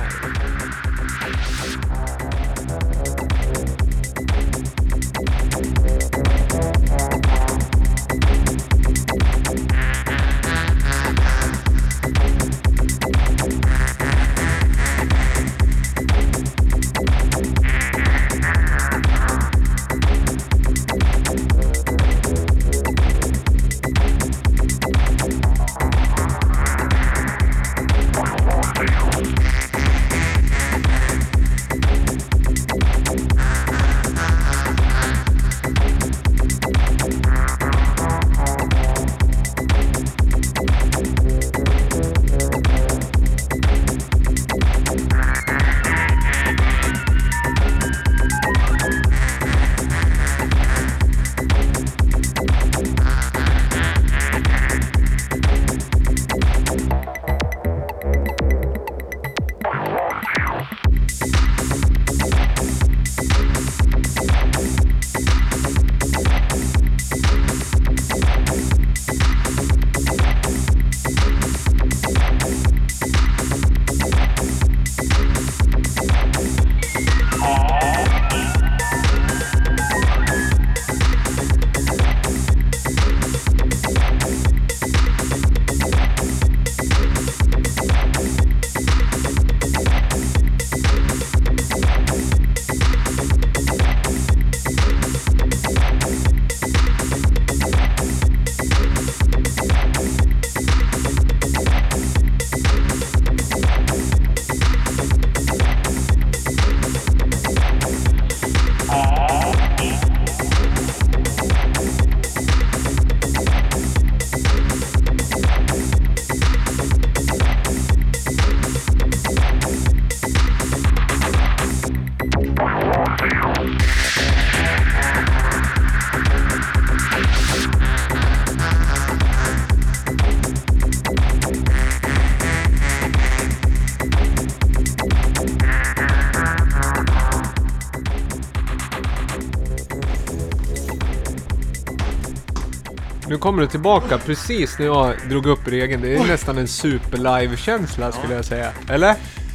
Nu kommer du tillbaka precis när jag drog upp regeln. Det är nästan en super-live-känsla skulle jag säga. Eller?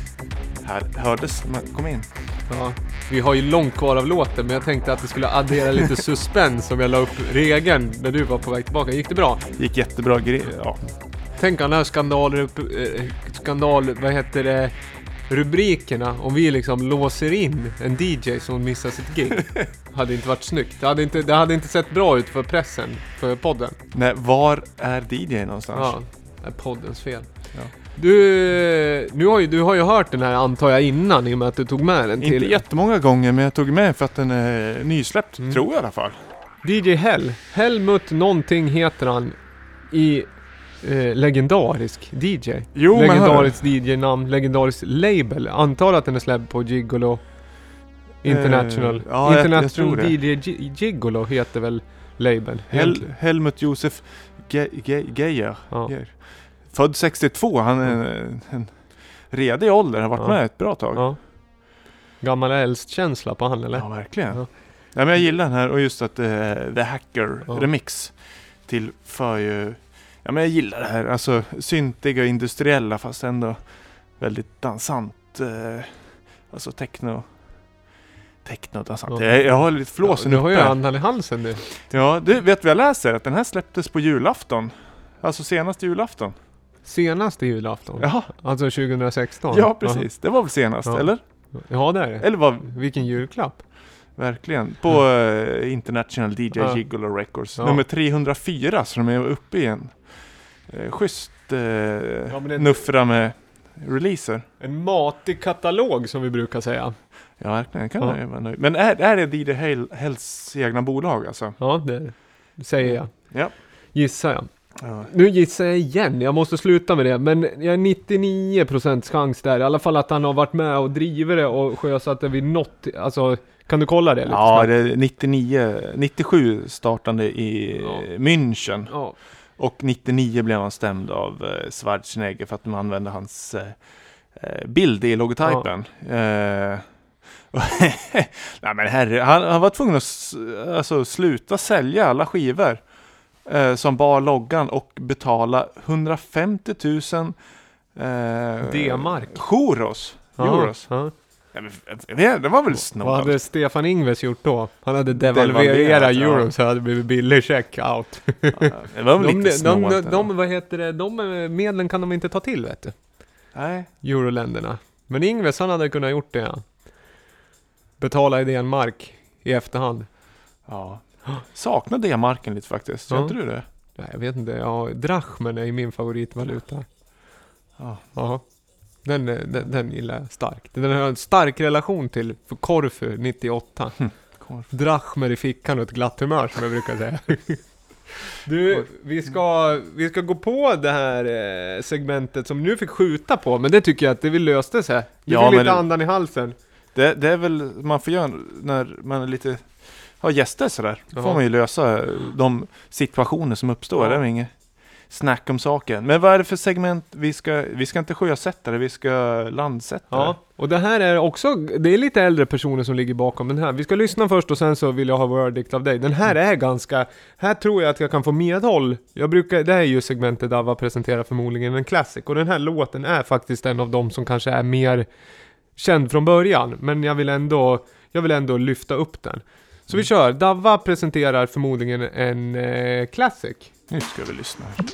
Här hördes, men kom in. Ja. Vi har ju långt kvar av låten, men jag tänkte att det skulle addera lite suspens om jag la upp regeln när du var på väg tillbaka. Gick det bra? Gick jättebra ja. Tänk alla här vad heter det, rubrikerna om vi liksom låser in en DJ som missar sitt gig. Hade inte varit snyggt. Det hade inte sett bra ut för pressen, för podden. Nej, var är DJ någonstans? Ja, det är poddens fel. Ja. Du har ju hört den här, antar jag, innan i och med att du tog med den till... Inte jättemånga gånger, men jag tog med för att den är nysläppt, tror jag i alla fall. DJ Helmut någonting heter han i legendarisk DJ. Jo, men legendarisk DJ-namn, legendarisk label. Antar att den är släppt på Gigolo International. ja, jag International tror det. DJ Gigolo heter väl label. Helmut Josef Geijer. Ja. Född 62, han är en redig ålder, har varit med ett bra tag. Ja. Gammal äldstkänsla på han, eller? Ja, verkligen. Ja. Ja, men jag gillar den här, och just att The Hacker remix tillför ju... Ja, men jag gillar det här, alltså syntiga och industriella fast ändå väldigt dansant, alltså techno-dansant. Ja. Jag har lite flåsen Du har ju uppe. andan i halsen nu. Ja, du vet vad jag läser? Att den här släpptes på julafton. Alltså senaste julafton. Senaste julafton. Jaha. Alltså 2016. Ja, precis. Det var väl senast, Ja. eller? Ja, det är det. Eller vad? Vilken julklapp. Verkligen. På International DJ Gigolo Records. Ja. Nummer 304, så de är uppe i en schysst nuffra med releaser. En matig katalog som vi brukar säga. Ja, verkligen. Kan man ju vara nöjd. Men är det DJ Hells egna bolag alltså? Ja, det säger jag. Ja. Gissar jag. Ja. Nu gissar jag igen, jag måste sluta med det. Men jag är 99% chans där. I alla fall att han har varit med och drivit det och sjösatt det vid något. Alltså, kan du kolla det lite? Ja, snabbt? det är 97 startande i München. Ja. Och 99 blev han stämd av Schwarzenegger för att de använde hans bild i logotypen. Nej men herre, han var tvungen att sluta sälja alla skivor som bar loggan och betala 150 000 D-mark. Euros. Ja. Ja, men, det var väl snart. Vad hade Stefan Ingves gjort då? Han hade devalverat euro så hade det blivit billig check out. Ja, det var väl lite snålt. Vad heter det? De medlen kan de inte ta till, vet du. Nej. Euroländerna. Men Ingves, han hade kunnat gjort det. Ja. Betala i D-mark i efterhand. Ja. Saknar D-marken lite faktiskt. Ja. Känner du det? Nej, jag vet inte. Ja, drachmen är min favoritvaluta. Ja. Ja. Den gillar jag starkt. Den har en stark relation till för Korfu 98. Drachmer i fickan och ett glatt humör, som jag brukar säga. Du, vi ska gå på det här segmentet som nu fick skjuta på, men det tycker jag att det vi löste sig. Vi fick lite andan i halsen. Det är väl man får göra när man är lite har gäster sådär. Då får man ju lösa de situationer som uppstår. Det är inget snack om saken. Men vad är det för segment? Vi ska inte sjösätta det, vi ska landsätta det. Och det här är också, det är lite äldre personer som ligger bakom den här. Vi ska lyssna först och sen så vill jag ha verdict av dig. Den här är ganska, här tror jag att jag kan få medhåll. Det här är ju segmentet där Dava presenterar förmodligen en classic. Och den här låten är faktiskt en av dem som kanske är mer känd från början. Men jag vill ändå lyfta upp den. Så vi kör. Dava presenterar förmodligen en classic. Nu ska vi lyssna här.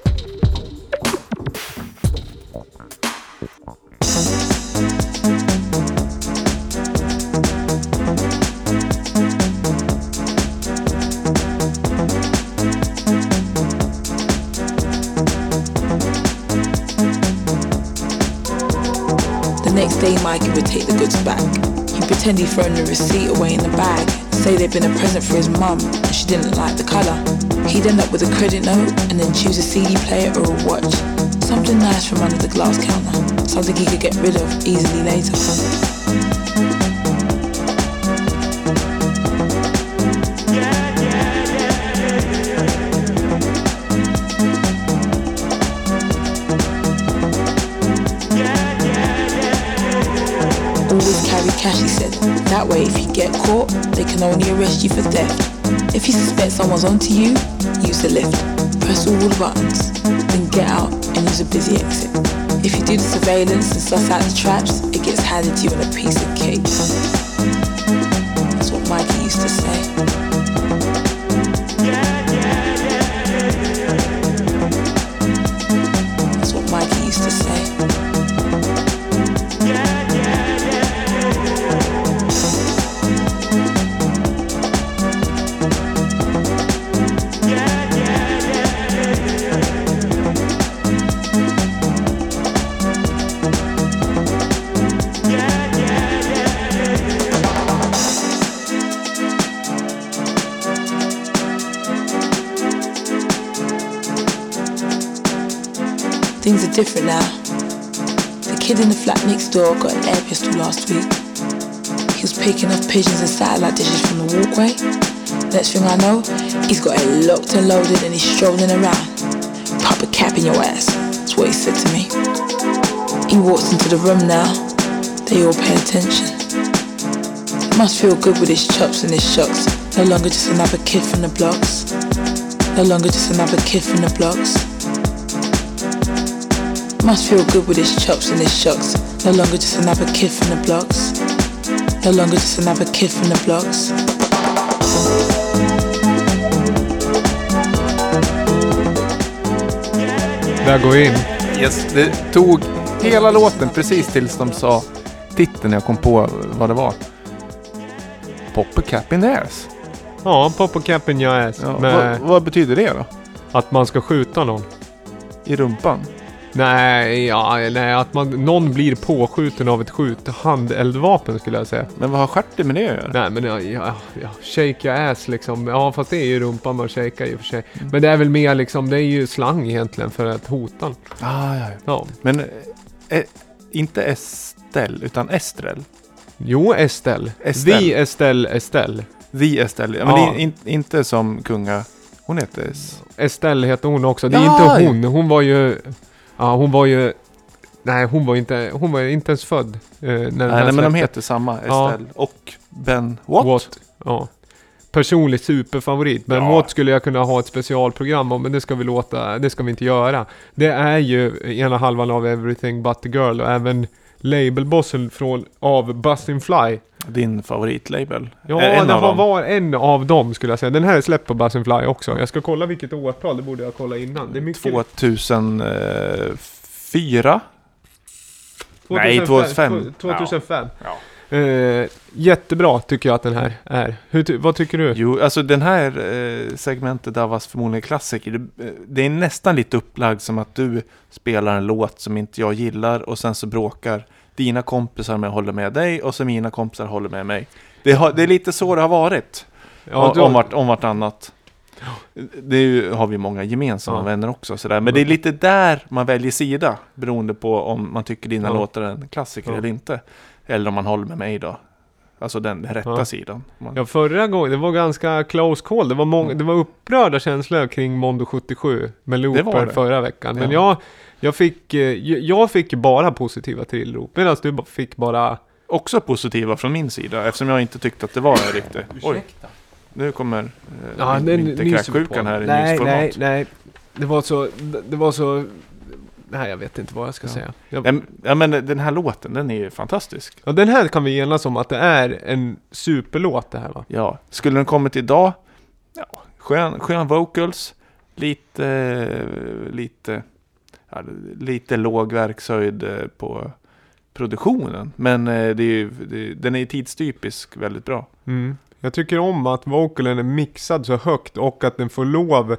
The next day Mikey would take the goods back. He'd pretend he'd thrown the receipt away in the bag. Say they'd been a present for his mum and she didn't like the colour. He'd end up with a credit note and then choose a CD player or a watch. Something nice from under the glass counter. Something he could get rid of easily later. Always carry cash, he said. That way, if you get caught, they can only arrest you for theft. If you suspect someone's onto you, use the lift. Press all the buttons, then get out and use a busy exit. If you do the surveillance and suss out the traps, it gets handed to you in a piece of cake. That's what Mikey used to say. That's what Mikey used to say. Things are different now. The kid in the flat next door got an air pistol last week. He was picking off pigeons and satellite dishes from the walkway. Next thing I know, he's got it locked and loaded and he's strolling around. Pop a cap in your ass, that's what he said to me. He walks into the room now, they all pay attention. Must feel good with his chops and his shocks. No longer just another kid from the blocks. No longer just another kid from the blocks. Must feel good with his chops and his shocks. No longer just another kid from the blocks. No longer just another kid from the blocks. Där går in. Yes, det tog hela låten precis tills de sa titeln när jag kom på vad det var. Pop a cap in the ass. Ja, pop a cap in your ass. Ja, Med vad betyder det då? att man ska skjuta någon. I rumpan? Nej, att någon blir påskjuten av ett handeldvapen skulle jag säga. Men vad har stjärten med det att göra? Nej, men shake your ass liksom. Ja, fast det är ju rumpan man shakar i och för sig. Men det är väl mer liksom, det är ju slang egentligen för att hota. Ja. Men inte Estelle, utan Estrel. Jo, Estelle. Estelle. The Estelle. The Estelle. Ja, men det är inte som kunga... Hon heter... Estelle heter hon också. Det är Ja! inte hon. Hon var ju... Nej, hon var inte ens född. När Nej, men de heter samma. Estelle och Ben Watt. Ja. Personlig superfavorit. Men Ja. Watt skulle jag kunna ha ett specialprogram om, men det ska vi inte göra. Det är ju ena halvan av Everything But The Girl och även labelbossen av Bustin' Fly. Din favoritlabel. Ja, var en av dem skulle jag säga. Den här är släppt på Bustin' Fly också. Jag ska kolla vilket årtal, det borde jag kolla innan. Det är mycket 2004? Nej, 2005. 2005. Ja. Jättebra tycker jag att den här är. Vad tycker du? Jo, alltså den här segmentet av oss förmodligen klassiker. Det är nästan lite upplagd som att du spelar en låt som inte jag gillar och sen så bråkar dina kompisar med att hålla med dig och så mina kompisar håller med mig. Det är lite så det har varit. Ja, om vartannat. Har vi många gemensamma vänner också. Sådär. Men det är lite där man väljer sida. Beroende på om man tycker dina låtar är en klassiker eller inte. Eller om man håller med mig då. Alltså den rätta sidan. Ja, förra gången, det var ganska close call. Det var upprörda känslor kring Mondo 77 med Looper förra veckan. Men jag fick bara positiva tillrop. Medan du fick bara... Också positiva från min sida. Eftersom jag inte tyckte att det var riktigt. Oj. Nu kommer inte kräksjukan här i nysformat. Nej. Det var så... Nej, jag vet inte vad jag ska säga. Ja, men den här låten, den är ju fantastisk. Ja, den här kan vi enas om att det är en superlåt det här, va? Ja, skulle den kommit idag, skön vocals, lite låg verkshöjd på produktionen. Men den är ju tidstypisk väldigt bra. Mm. Jag tycker om att vocalen är mixad så högt och att den får lov...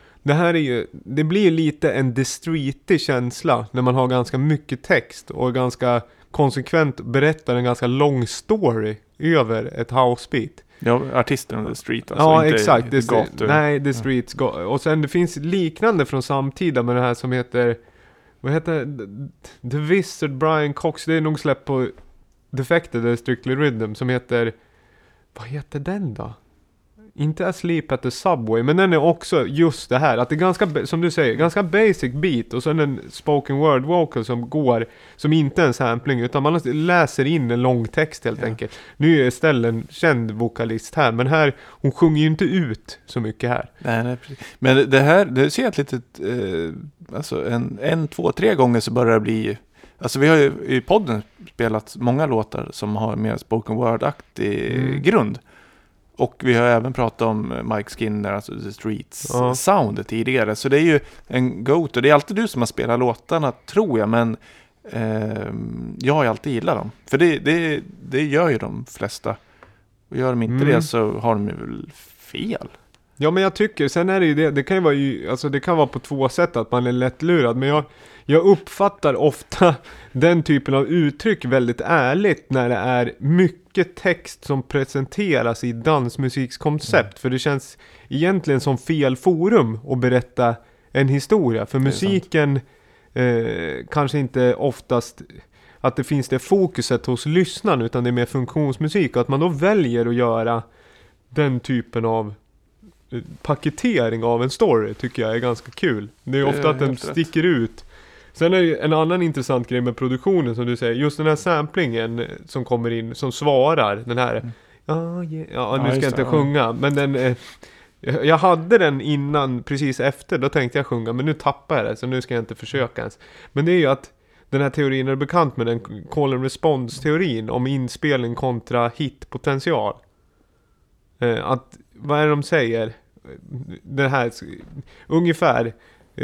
Det blir lite en distreetig känsla när man har ganska mycket text och ganska konsekvent berättar en ganska lång story över ett housebeat. Ja, artisten on the street alltså. Ja, inte exakt. The Streets. Och sen det finns liknande från samtida med det här som heter... Vad heter The Wizard Brian Cox. Det är nog släppt på Defected eller Strictly Rhythm som heter... Vad heter den då? Inte Asleep at the Subway, men den är också just det här att det är ganska, som du säger, ganska basic beat och sen en spoken word vocal som inte är en sampling utan man läser in en lång text helt enkelt. Nu är Estelle en känd vokalist här, men här, hon sjunger ju inte ut så mycket här. Nej, precis. Men det ser ett litet alltså en, 2, 3 gånger så börjar det bli, alltså vi har ju i podden spelat många låtar som har mer spoken word-aktig grund. Och vi har även pratat om Mike Skinner, alltså The Streets sound tidigare. Så det är ju en go-to. Det är alltid du som har spelat låtarna, tror jag. Men jag har ju alltid gillat dem. För det gör ju de flesta. Och gör de inte det så har de ju väl fel. Ja, men jag tycker, sen är det ju det kan ju vara alltså det kan vara på 2 sätt att man är lättlurad. Men jag uppfattar ofta den typen av uttryck väldigt ärligt när det är mycket text som presenteras i dansmusikskoncept. För det känns egentligen som fel forum att berätta en historia. För musiken kanske inte oftast att det finns det fokuset hos lyssnaren, utan det är mer funktionsmusik. Och att man då väljer att göra den typen av paketering av en story tycker jag är ganska kul. Det är ofta att den sticker ut. Sen är det en annan intressant grej med produktionen som du säger. Just den här samplingen som kommer in, som svarar. Den här, nu ska jag inte sjunga. Men den, jag hade den innan, precis efter. Då tänkte jag sjunga, men nu tappar jag det. Så nu ska jag inte försöka ens. Men det är ju att den här teorin är bekant med den call and response-teorin om inspelning kontra hitpotential. Att, vad är det de säger? Det här, ungefär...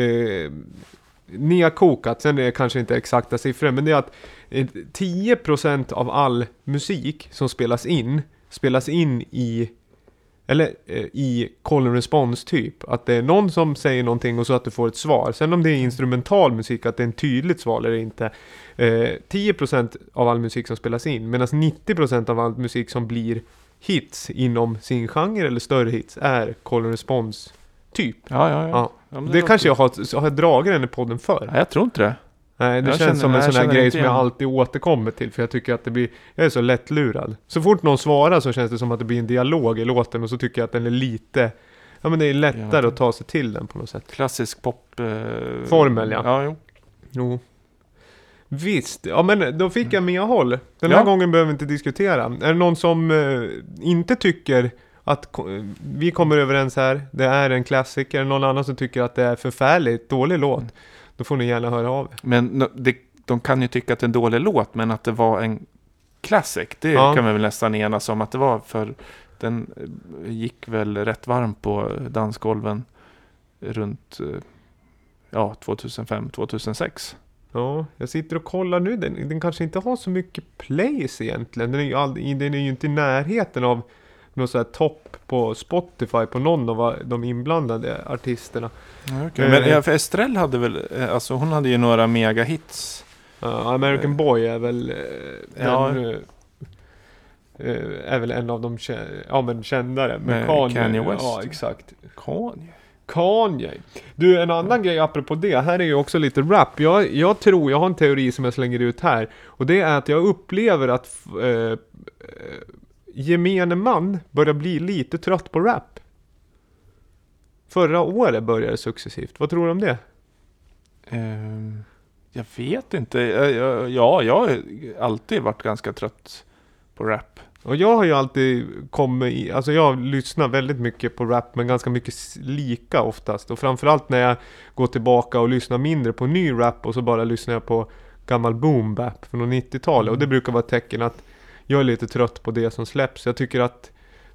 ni har kokat, sen är det kanske inte exakta siffror, men det är att 10% av all musik som spelas in spelas in i call and response typ. Att det är någon som säger någonting och så att du får ett svar. Sen om det är instrumental musik, att det är en tydligt svar eller inte. 10% av all musik som spelas in, medan 90% av all musik som blir hits inom sin genre eller större hits är call and response typ. Ja, Det kanske jag har dragit den i podden för. Nej, jag tror inte det. Nej, det Jag känns som en sån här grej som jag igen. alltid återkommer till. För jag tycker att jag är så lättlurad. Så fort någon svarar så känns det som att det blir en dialog i låten. Och så tycker jag att den är lite... Ja, men det är lättare att ta sig till den på något sätt. Klassisk pop... Formel, ja. Ja, jo. Jo. Visst. Ja, men då fick jag medhåll. Den här gången behöver vi inte diskutera. Är det någon som inte tycker att vi kommer överens här, det är en klassiker, någon annan som tycker att det är förfärligt dålig låt, då får ni gärna höra av er. Men de kan ju tycka att det är en dålig låt, men att det var en classic, det kan vi väl nästan enas om att det var, för den gick väl rätt varm på dansgolven runt 2005-2006. Ja, jag sitter och kollar nu. Den kanske inte har så mycket plays egentligen. Den är ju inte i närheten av någon så här topp på Spotify på någon av de inblandade artisterna. Okay. Men för Estrell hade väl, alltså hon hade ju några mega hits. American Boy är väl är väl en av de kändare. Med Kanye West. Ja, exakt. Kanye. Du, en annan grej apropå det. Här är ju också lite rap. Jag har en teori som jag slänger ut här. Och det är att jag upplever att gemene man börjar bli lite trött på rap. Förra året började det successivt. Vad tror du om det? Jag vet inte. Jag har alltid varit ganska trött på rap. Och jag har ju alltid alltså jag lyssnar väldigt mycket på rap, men ganska mycket lika oftast. Och framförallt när jag går tillbaka och lyssnar mindre på ny rap och så bara lyssnar jag på gammal boom bap från 90-talet. Och det brukar vara ett tecken att jag är lite trött på det som släpps. Jag tycker att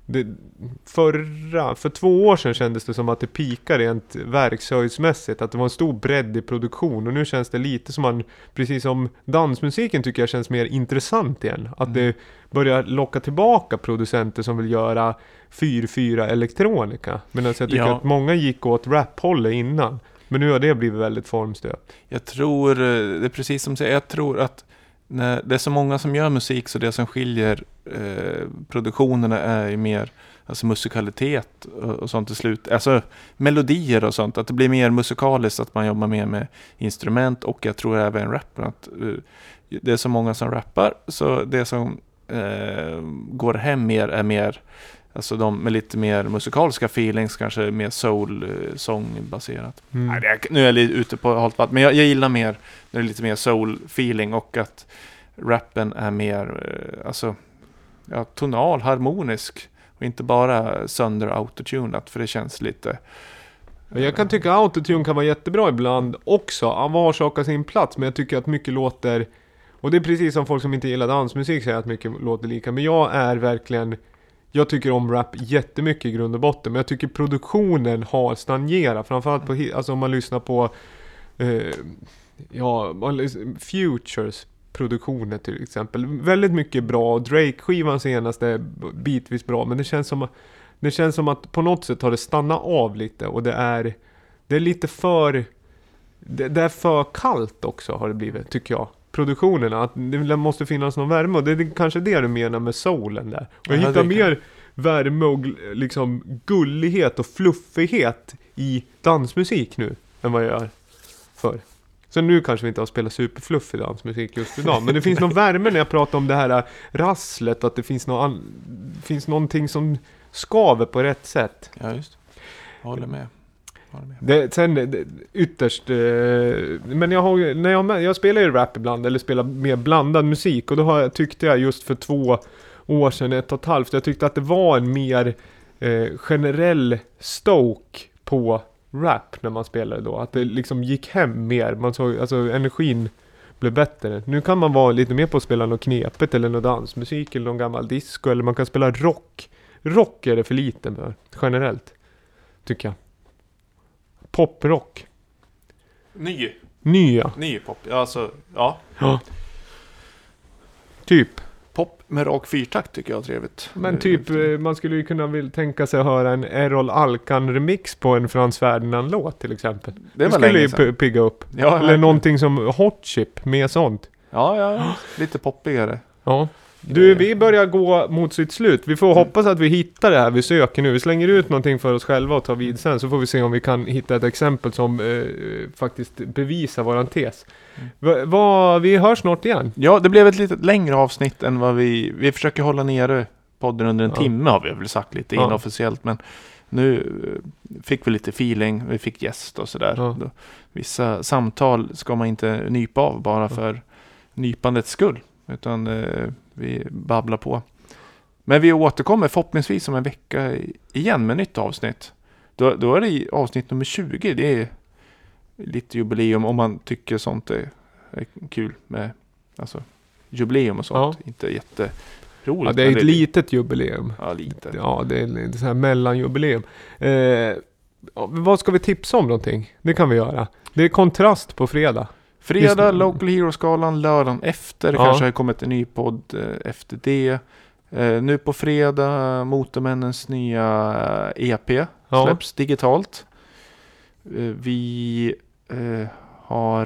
för 2 år sedan kändes det som att det pikar rent verkshöjdsmässigt, att det var en stor bredd i produktion, och nu känns det lite som precis som dansmusiken tycker jag känns mer intressant igen, att det börjar locka tillbaka producenter som vill göra 4/4 elektronika, medan jag tycker att många gick åt rap-hållet innan, men nu har det blivit väldigt formstöpt. Jag tror, det är precis som säger, jag tror att när det är så många som gör musik, så det som skiljer produktionerna är ju mer alltså musikalitet och sånt till slut. Alltså melodier och sånt. Att det blir mer musikaliskt, att man jobbar mer med instrument, och jag tror även rappen. Att det är så många som rappar, så det som går hem mer är mer, alltså de med lite mer musikaliska feelings, kanske mer soul-sång-baserat. Nu är jag lite ute på halt vatten, men jag gillar mer när det är lite mer soul-feeling, och att rappen är mer tonal, harmonisk, och inte bara sönder autotunat, för det känns lite... Jag kan tycka att autotune kan vara jättebra ibland också, avsaka sin plats, men jag tycker att mycket låter, och det är precis som folk som inte gillar dansmusik säger att mycket låter lika, men jag tycker om rap jättemycket i grund och botten, men jag tycker produktionen har stagnerat, framförallt på, alltså om man lyssnar på Futures produktioner till exempel. Väldigt mycket bra, Drake-skivan senaste är bitvis bra, men det känns som att på något sätt har det stannat av lite, och det är lite för det är för kallt också, har det blivit, tycker jag. Produktionerna, att det måste finnas någon värme, och det är kanske det du menar med soulen där. Och jag hittar mer värme och liksom gullighet och fluffighet i dansmusik nu än vad jag gör förr. Så nu kanske vi inte har spelat superfluffig dansmusik just idag, men det finns någon värme när jag pratar om det här rasslet, att det finns finns någonting som skaver på rätt sätt. Ja, just. Jag håller med. Ytterst men jag spelar ju rap ibland, eller spelar mer blandad musik, och då tyckte jag just för 2 år sedan, 1,5, jag tyckte att det var en mer generell stoke på rap när man spelade då, att det liksom gick hem mer, man såg, alltså energin blev bättre. Nu kan man vara lite mer på att spela något knepet eller någon dansmusik eller någon gammal disco, eller man kan spela rock är det för lite för, generellt, tycker jag. Poprock. Ny Nya. Ny pop. Alltså, ja. Ja. Typ. Pop med rak fyrtakt tycker jag är trevligt. Men typ, man skulle ju kunna tänka sig att höra en Errol Alkan-remix på en Frans Ferdinand-låt till exempel. Det var skulle länge ju sedan. pigga upp. Ja, Eller verkligen. någonting som Hot Chip, med sånt. Ja, lite poppigare. Ja. Du, vi börjar gå mot sitt slut. Vi får hoppas att vi hittar det här vi söker nu. Vi slänger ut någonting för oss själva och tar vid sen. Så får vi se om vi kan hitta ett exempel som faktiskt bevisar våran tes. Vi hörs snart igen. Ja, det blev ett lite längre avsnitt än vad vi försöker hålla nere podden under en timme har vi väl sagt lite inofficiellt. Men nu fick vi lite feeling, vi fick gäst och sådär. Ja. Vissa samtal ska man inte nypa av bara för nypandets skull. Utan vi babblar på. Men vi återkommer förhoppningsvis om en vecka igen med nytt avsnitt. Då är det avsnitt nummer 20. Det är lite jubileum om man tycker sånt är kul med alltså, jubileum och sånt. Ja. Inte jätteroligt. Ja, det är ett litet jubileum. Ja, lite. Ja, det är ett så här mellanjubileum. Vad ska vi tipsa om någonting? Det kan vi göra. Det är Kontrast på fredag. Fredag, Just- Local Hero-skalan, lördagen efter. Ja. Kanske har kommit en ny podd efter det. Nu på fredag, Motormännens nya EP släpps digitalt. Vi har...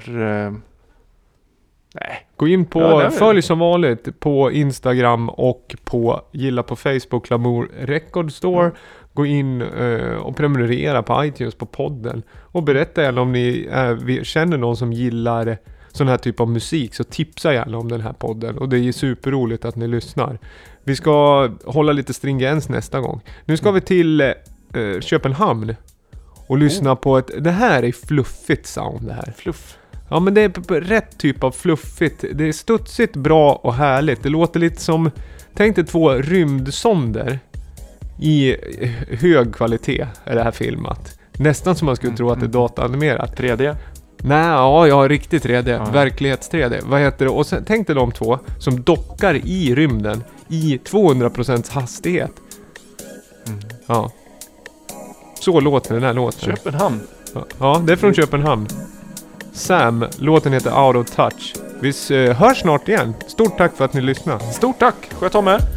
Gå in på, Ja, det är- följ som vanligt på Instagram och gilla på Facebook, Lamour Record Store. Gå in och prenumerera på iTunes på podden. Och berätta gärna om ni känner någon som gillar sån här typ av musik, så tipsa gärna om den här podden. Och det är ju superroligt att ni lyssnar. Vi ska hålla lite stringens nästa gång. Nu ska vi till Köpenhamn och lyssna på det här är fluffigt sound det här. Fluff. Ja, men det är rätt typ av fluffigt. Det är studsigt, bra och härligt. Det låter lite som, tänk dig 2 rymdsonder i hög kvalitet är det här filmat. Nästan som man skulle tro att det är dataanimerat. 3D. Nej, ja, riktigt 3D. Ja. Verklighets 3D. Vad heter det? Och sen, tänk dig de 2 som dockar i rymden i 200% hastighet. Ja. Så låter den här låten. Köpenhamn. Ja, det är från Köpenhamn. Sam, låten heter Out of Touch. Vi hörs snart igen. Stort tack för att ni lyssnade. Stort tack. Sköt om er.